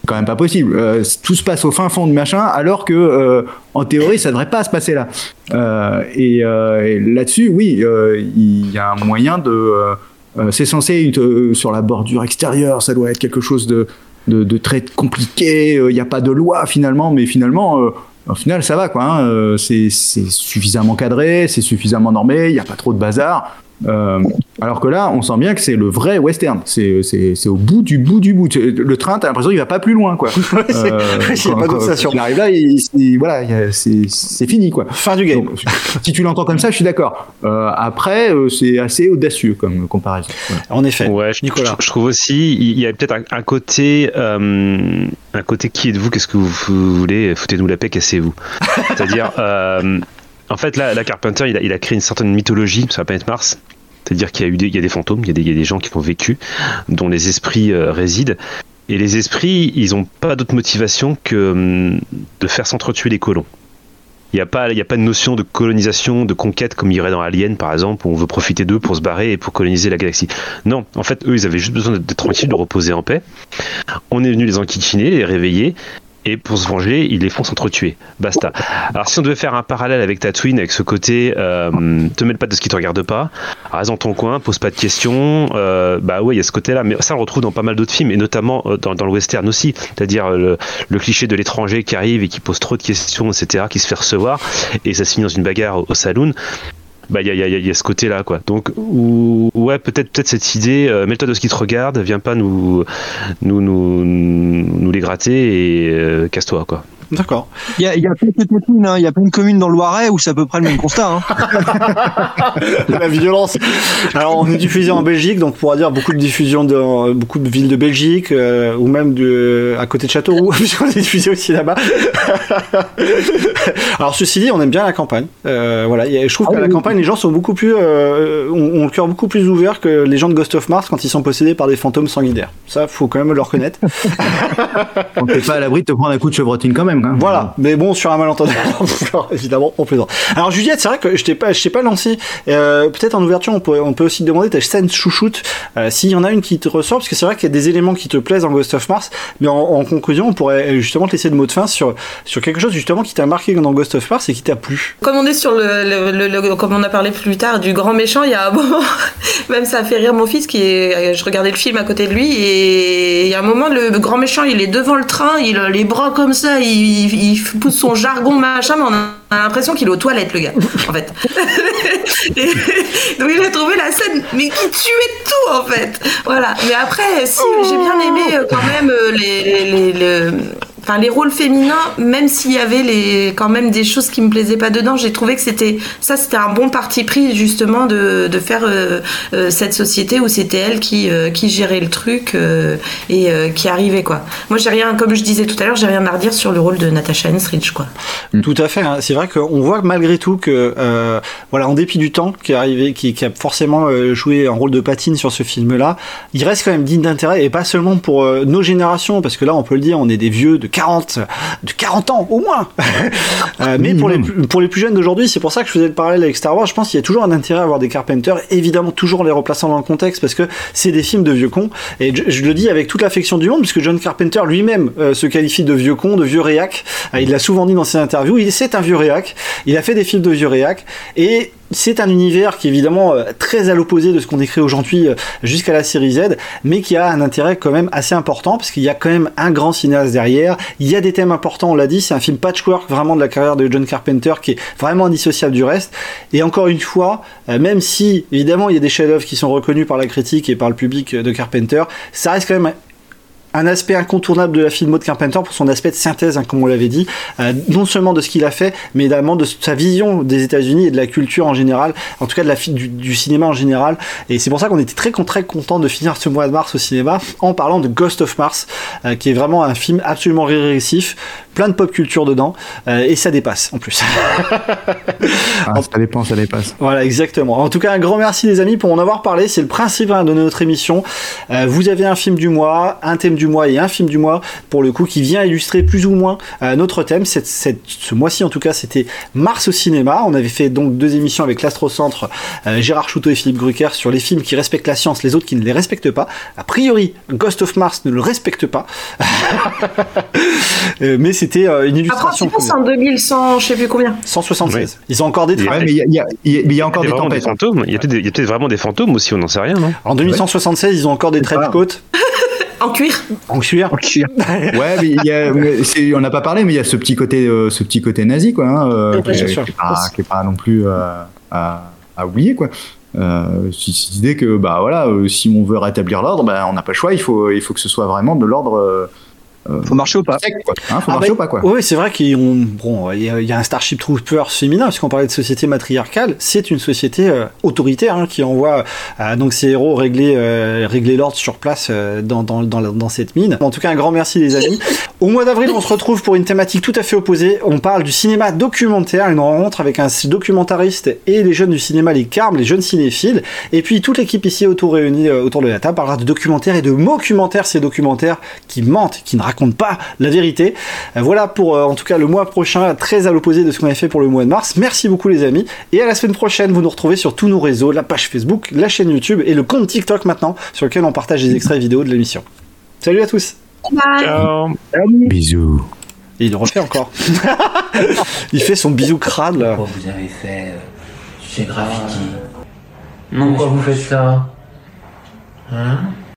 quand même pas possible. Euh, tout se passe au fin fond de machin, alors que euh, en théorie, ça devrait pas se passer là. Euh, et, euh, et là-dessus, oui, euh, il y a un moyen de. Euh, c'est censé être euh, sur la bordure extérieure, ça doit être quelque chose de, de, de très compliqué. Il n'y a pas de loi finalement, mais finalement. Euh, Au final, ça va, quoi. Hein. Euh, c'est, c'est suffisamment cadré, c'est suffisamment normé, il n'y a pas trop de bazar. Euh, alors que là, on sent bien que c'est le vrai western. C'est, c'est, c'est au bout du bout du bout. Le train, t'as l'impression qu'il va pas plus loin, quoi. Ouais, c'est, euh, il n'y a pas d'autre station. Il arrive là, il, il, voilà, il, c'est, c'est fini, quoi. Fin du game. Donc, si tu l'entends comme ça, je suis d'accord. Euh, après, euh, c'est assez audacieux comme comparaison. Voilà. En effet. Ouais, je, Nicolas. Je, je trouve aussi, il y a peut-être un, un côté, euh, un côté qui êtes-vous, qu'est-ce que vous, vous voulez, foutez-nous la paix, cassez-vous. C'est-à-dire. Euh, En fait, là, là Carpenter, il a, il a créé une certaine mythologie sur la planète Mars. C'est-à-dire qu'il y a eu des, il y a des fantômes, il y a des, il y a des gens qui ont vécu, dont les esprits euh, résident. Et les esprits, ils n'ont pas d'autre motivation que hum, de faire s'entretuer les colons. Il n'y a pas, il n'y a pas de notion de colonisation, de conquête comme il y aurait dans Alien, par exemple, où on veut profiter d'eux pour se barrer et pour coloniser la galaxie. Non, en fait, eux, ils avaient juste besoin d'être tranquilles, de reposer en paix. On est venu les enquiquiner, les réveiller. Et pour se venger, ils les font s'entretuer. Basta. Alors si on devait faire un parallèle avec Tatooine, avec ce côté euh, te mêle pas de ce qui te regarde pas, reste dans ton coin, pose pas de questions, euh, bah ouais, il y a ce côté-là. Mais ça, on le retrouve dans pas mal d'autres films, et notamment dans, dans le western aussi. C'est-à-dire le, le cliché de l'étranger qui arrive et qui pose trop de questions, et cetera, qui se fait recevoir, et ça se finit dans une bagarre au, au saloon. Bah il y a, y, a, y a ce côté là quoi. Donc ou, ouais peut-être peut-être cette idée euh, mêle-toi de ce qui te regarde, viens pas nous nous nous, nous les gratter et euh, casse-toi quoi. D'accord. Il y a, il y a plein de communes, hein. Il y a plein de communes dans le Loiret où c'est à peu près le même constat. Hein. La violence. Alors on est diffusé en Belgique, donc on pourra dire beaucoup de diffusion de beaucoup de villes de Belgique euh, ou même de à côté de Châteauroux, puisqu'on est diffusé aussi là-bas. Alors ceci dit, on aime bien la campagne. Euh, voilà, je trouve ah, qu'à oui. la campagne, les gens sont beaucoup plus euh, ont, ont le cœur beaucoup plus ouvert que les gens de Ghost of Mars quand ils sont possédés par des fantômes sanguinaires. Ça, faut quand même le reconnaître. On n'est pas à l'abri de te prendre un coup de chevrotine quand même. Hein. Voilà, mais bon, sur un malentendu, évidemment, on plaisante. Alors Juliette, c'est vrai que je t'ai pas, je t'ai pas lancé. Euh, peut-être en ouverture, on peut, on peut aussi te demander ta scène chouchoute, euh, s'il y en a une qui te ressort, parce que c'est vrai qu'il y a des éléments qui te plaisent dans Ghost of Mars, mais en, en conclusion, on pourrait justement te laisser le mot de fin sur sur quelque chose justement qui t'a marqué dans Ghost of Mars et qui t'a plu. Comme on est sur le, le, le, le comme on a parlé plus tard du grand méchant, il y a un moment, même ça a fait rire mon fils qui est, je regardais le film à côté de lui et il y a un moment le, le grand méchant, il est devant le train, il a les bras comme ça, il Il, il pousse son jargon machin, mais on a l'impression qu'il est aux toilettes le gars en fait. Et, donc j'ai trouvé la scène mais qui tuait tout en fait, voilà. Mais après si j'ai bien aimé quand même les, les, les, les Enfin, les rôles féminins, même s'il y avait les, quand même des choses qui me plaisaient pas dedans, j'ai trouvé que c'était, ça c'était un bon parti pris justement de, de faire euh, euh, cette société où c'était elle qui, euh, qui gérait le truc euh, et euh, qui arrivait quoi. Moi j'ai rien, comme je disais tout à l'heure, j'ai rien à redire sur le rôle de Natasha Henstridge quoi. Tout à fait, hein. C'est vrai qu'on voit malgré tout que, euh, voilà, en dépit du temps qui est arrivé, qui, qui a forcément euh, joué un rôle de patine sur ce film-là, il reste quand même digne d'intérêt et pas seulement pour euh, nos générations, parce que là on peut le dire, on est des vieux de quarante, de quarante ans au moins. euh, mais pour les, pour les plus jeunes d'aujourd'hui, c'est pour ça que je faisais le parallèle avec Star Wars. Je pense qu'il y a toujours un intérêt à avoir des Carpenter, évidemment toujours les replaçant dans le contexte parce que c'est des films de vieux cons. Et je, je le dis avec toute l'affection du monde, puisque John Carpenter lui-même euh, se qualifie de vieux con, de vieux réac. Euh, il l'a souvent dit dans ses interviews. Il c'est un vieux réac. Il a fait des films de vieux réac et c'est un univers qui est évidemment euh, très à l'opposé de ce qu'on décrit aujourd'hui euh, jusqu'à la série Z, mais qui a un intérêt quand même assez important parce qu'il y a quand même un grand cinéaste derrière. Il y a des thèmes importants, on l'a dit, c'est un film patchwork vraiment de la carrière de John Carpenter qui est vraiment indissociable du reste. Et encore une fois, euh, même si évidemment il y a des chefs-d'œuvre qui sont reconnus par la critique et par le public de Carpenter, ça reste quand même un aspect incontournable de la filmo de Carpenter pour son aspect de synthèse, hein, comme on l'avait dit, euh, non seulement de ce qu'il a fait, mais également de sa vision des États-Unis et de la culture en général, en tout cas de la du, du cinéma en général. Et c'est pour ça qu'on était très très content de finir ce mois de mars au cinéma en parlant de Ghost of Mars, euh, qui est vraiment un film absolument régressif, plein de pop culture dedans, euh, et ça dépasse en plus. Ah, ça dépend, ça dépasse. Voilà, exactement. En tout cas, un grand merci les amis pour en avoir parlé. C'est le principe, hein, de notre émission. Euh, vous avez un film du mois, un thème du du mois et un film du mois, pour le coup, qui vient illustrer plus ou moins euh, notre thème. Cette, cette, ce mois-ci, en tout cas, c'était Mars au cinéma. On avait fait donc deux émissions avec l'Astrocentre, euh, Gérard Chouteau et Philippe Drucker, sur les films qui respectent la science, les autres qui ne les respectent pas. A priori, Ghost of Mars ne le respecte pas. euh, mais c'était euh, une illustration. Après, c'est en deux mille cent, je sais plus combien. cent soixante-seize. Oui. Ils ont encore des trains. Ouais, mais il y a, y a, y a encore il y a des tempêtes. Des fantômes. Il y a peut-être, il y a peut-être vraiment des fantômes aussi, on n'en sait rien, non? En deux mille cent soixante-seize, ils ont encore des trench coats. En cuir. En cuir. En cuir. Ouais, mais, il y a, mais c'est, on n'a pas parlé, mais il y a ce petit côté, euh, ce petit côté nazi, quoi, hein, euh, oui, qui, qui, est pas, qui est pas non plus euh, à, à oublier, quoi. Euh, cette idée que, bah voilà, euh, si on veut rétablir l'ordre, bah, on n'a pas le choix. Il faut, il faut que ce soit vraiment de l'ordre. Euh, Euh, faut marcher au pas. Sec, quoi. Hein, faut ah marcher bah, au pas, quoi. Oui, c'est vrai qu'il bon, y, a, y a un Starship Troopers féminin, puisqu'on parlait de société matriarcale. C'est une société euh, autoritaire hein, qui envoie euh, donc ses héros régler, euh, régler l'ordre sur place euh, dans, dans, dans, dans cette mine. En tout cas, un grand merci, les amis. Au mois d'avril, on se retrouve pour une thématique tout à fait opposée. On parle du cinéma documentaire, une rencontre avec un documentariste et les jeunes du cinéma, les Carmes, les jeunes cinéphiles. Et puis, toute l'équipe ici autour réunie euh, autour de la table parlera de documentaires et de mockumentaires, ces documentaires qui mentent, qui ne racontent pas la vérité. Voilà pour euh, en tout cas le mois prochain, très à l'opposé de ce qu'on avait fait pour le mois de mars. Merci beaucoup les amis, et à la semaine prochaine. Vous nous retrouvez sur tous nos réseaux, la page Facebook, la chaîne YouTube et le compte TikTok maintenant, sur lequel on partage des extraits vidéo de l'émission. Salut à tous. Bye. Ciao. Bisous. Et il le refait encore. Il fait son bisou crade là. Pourquoi vous avez fait euh, chez Graffiti? Non, pourquoi vous faites ça? Hein?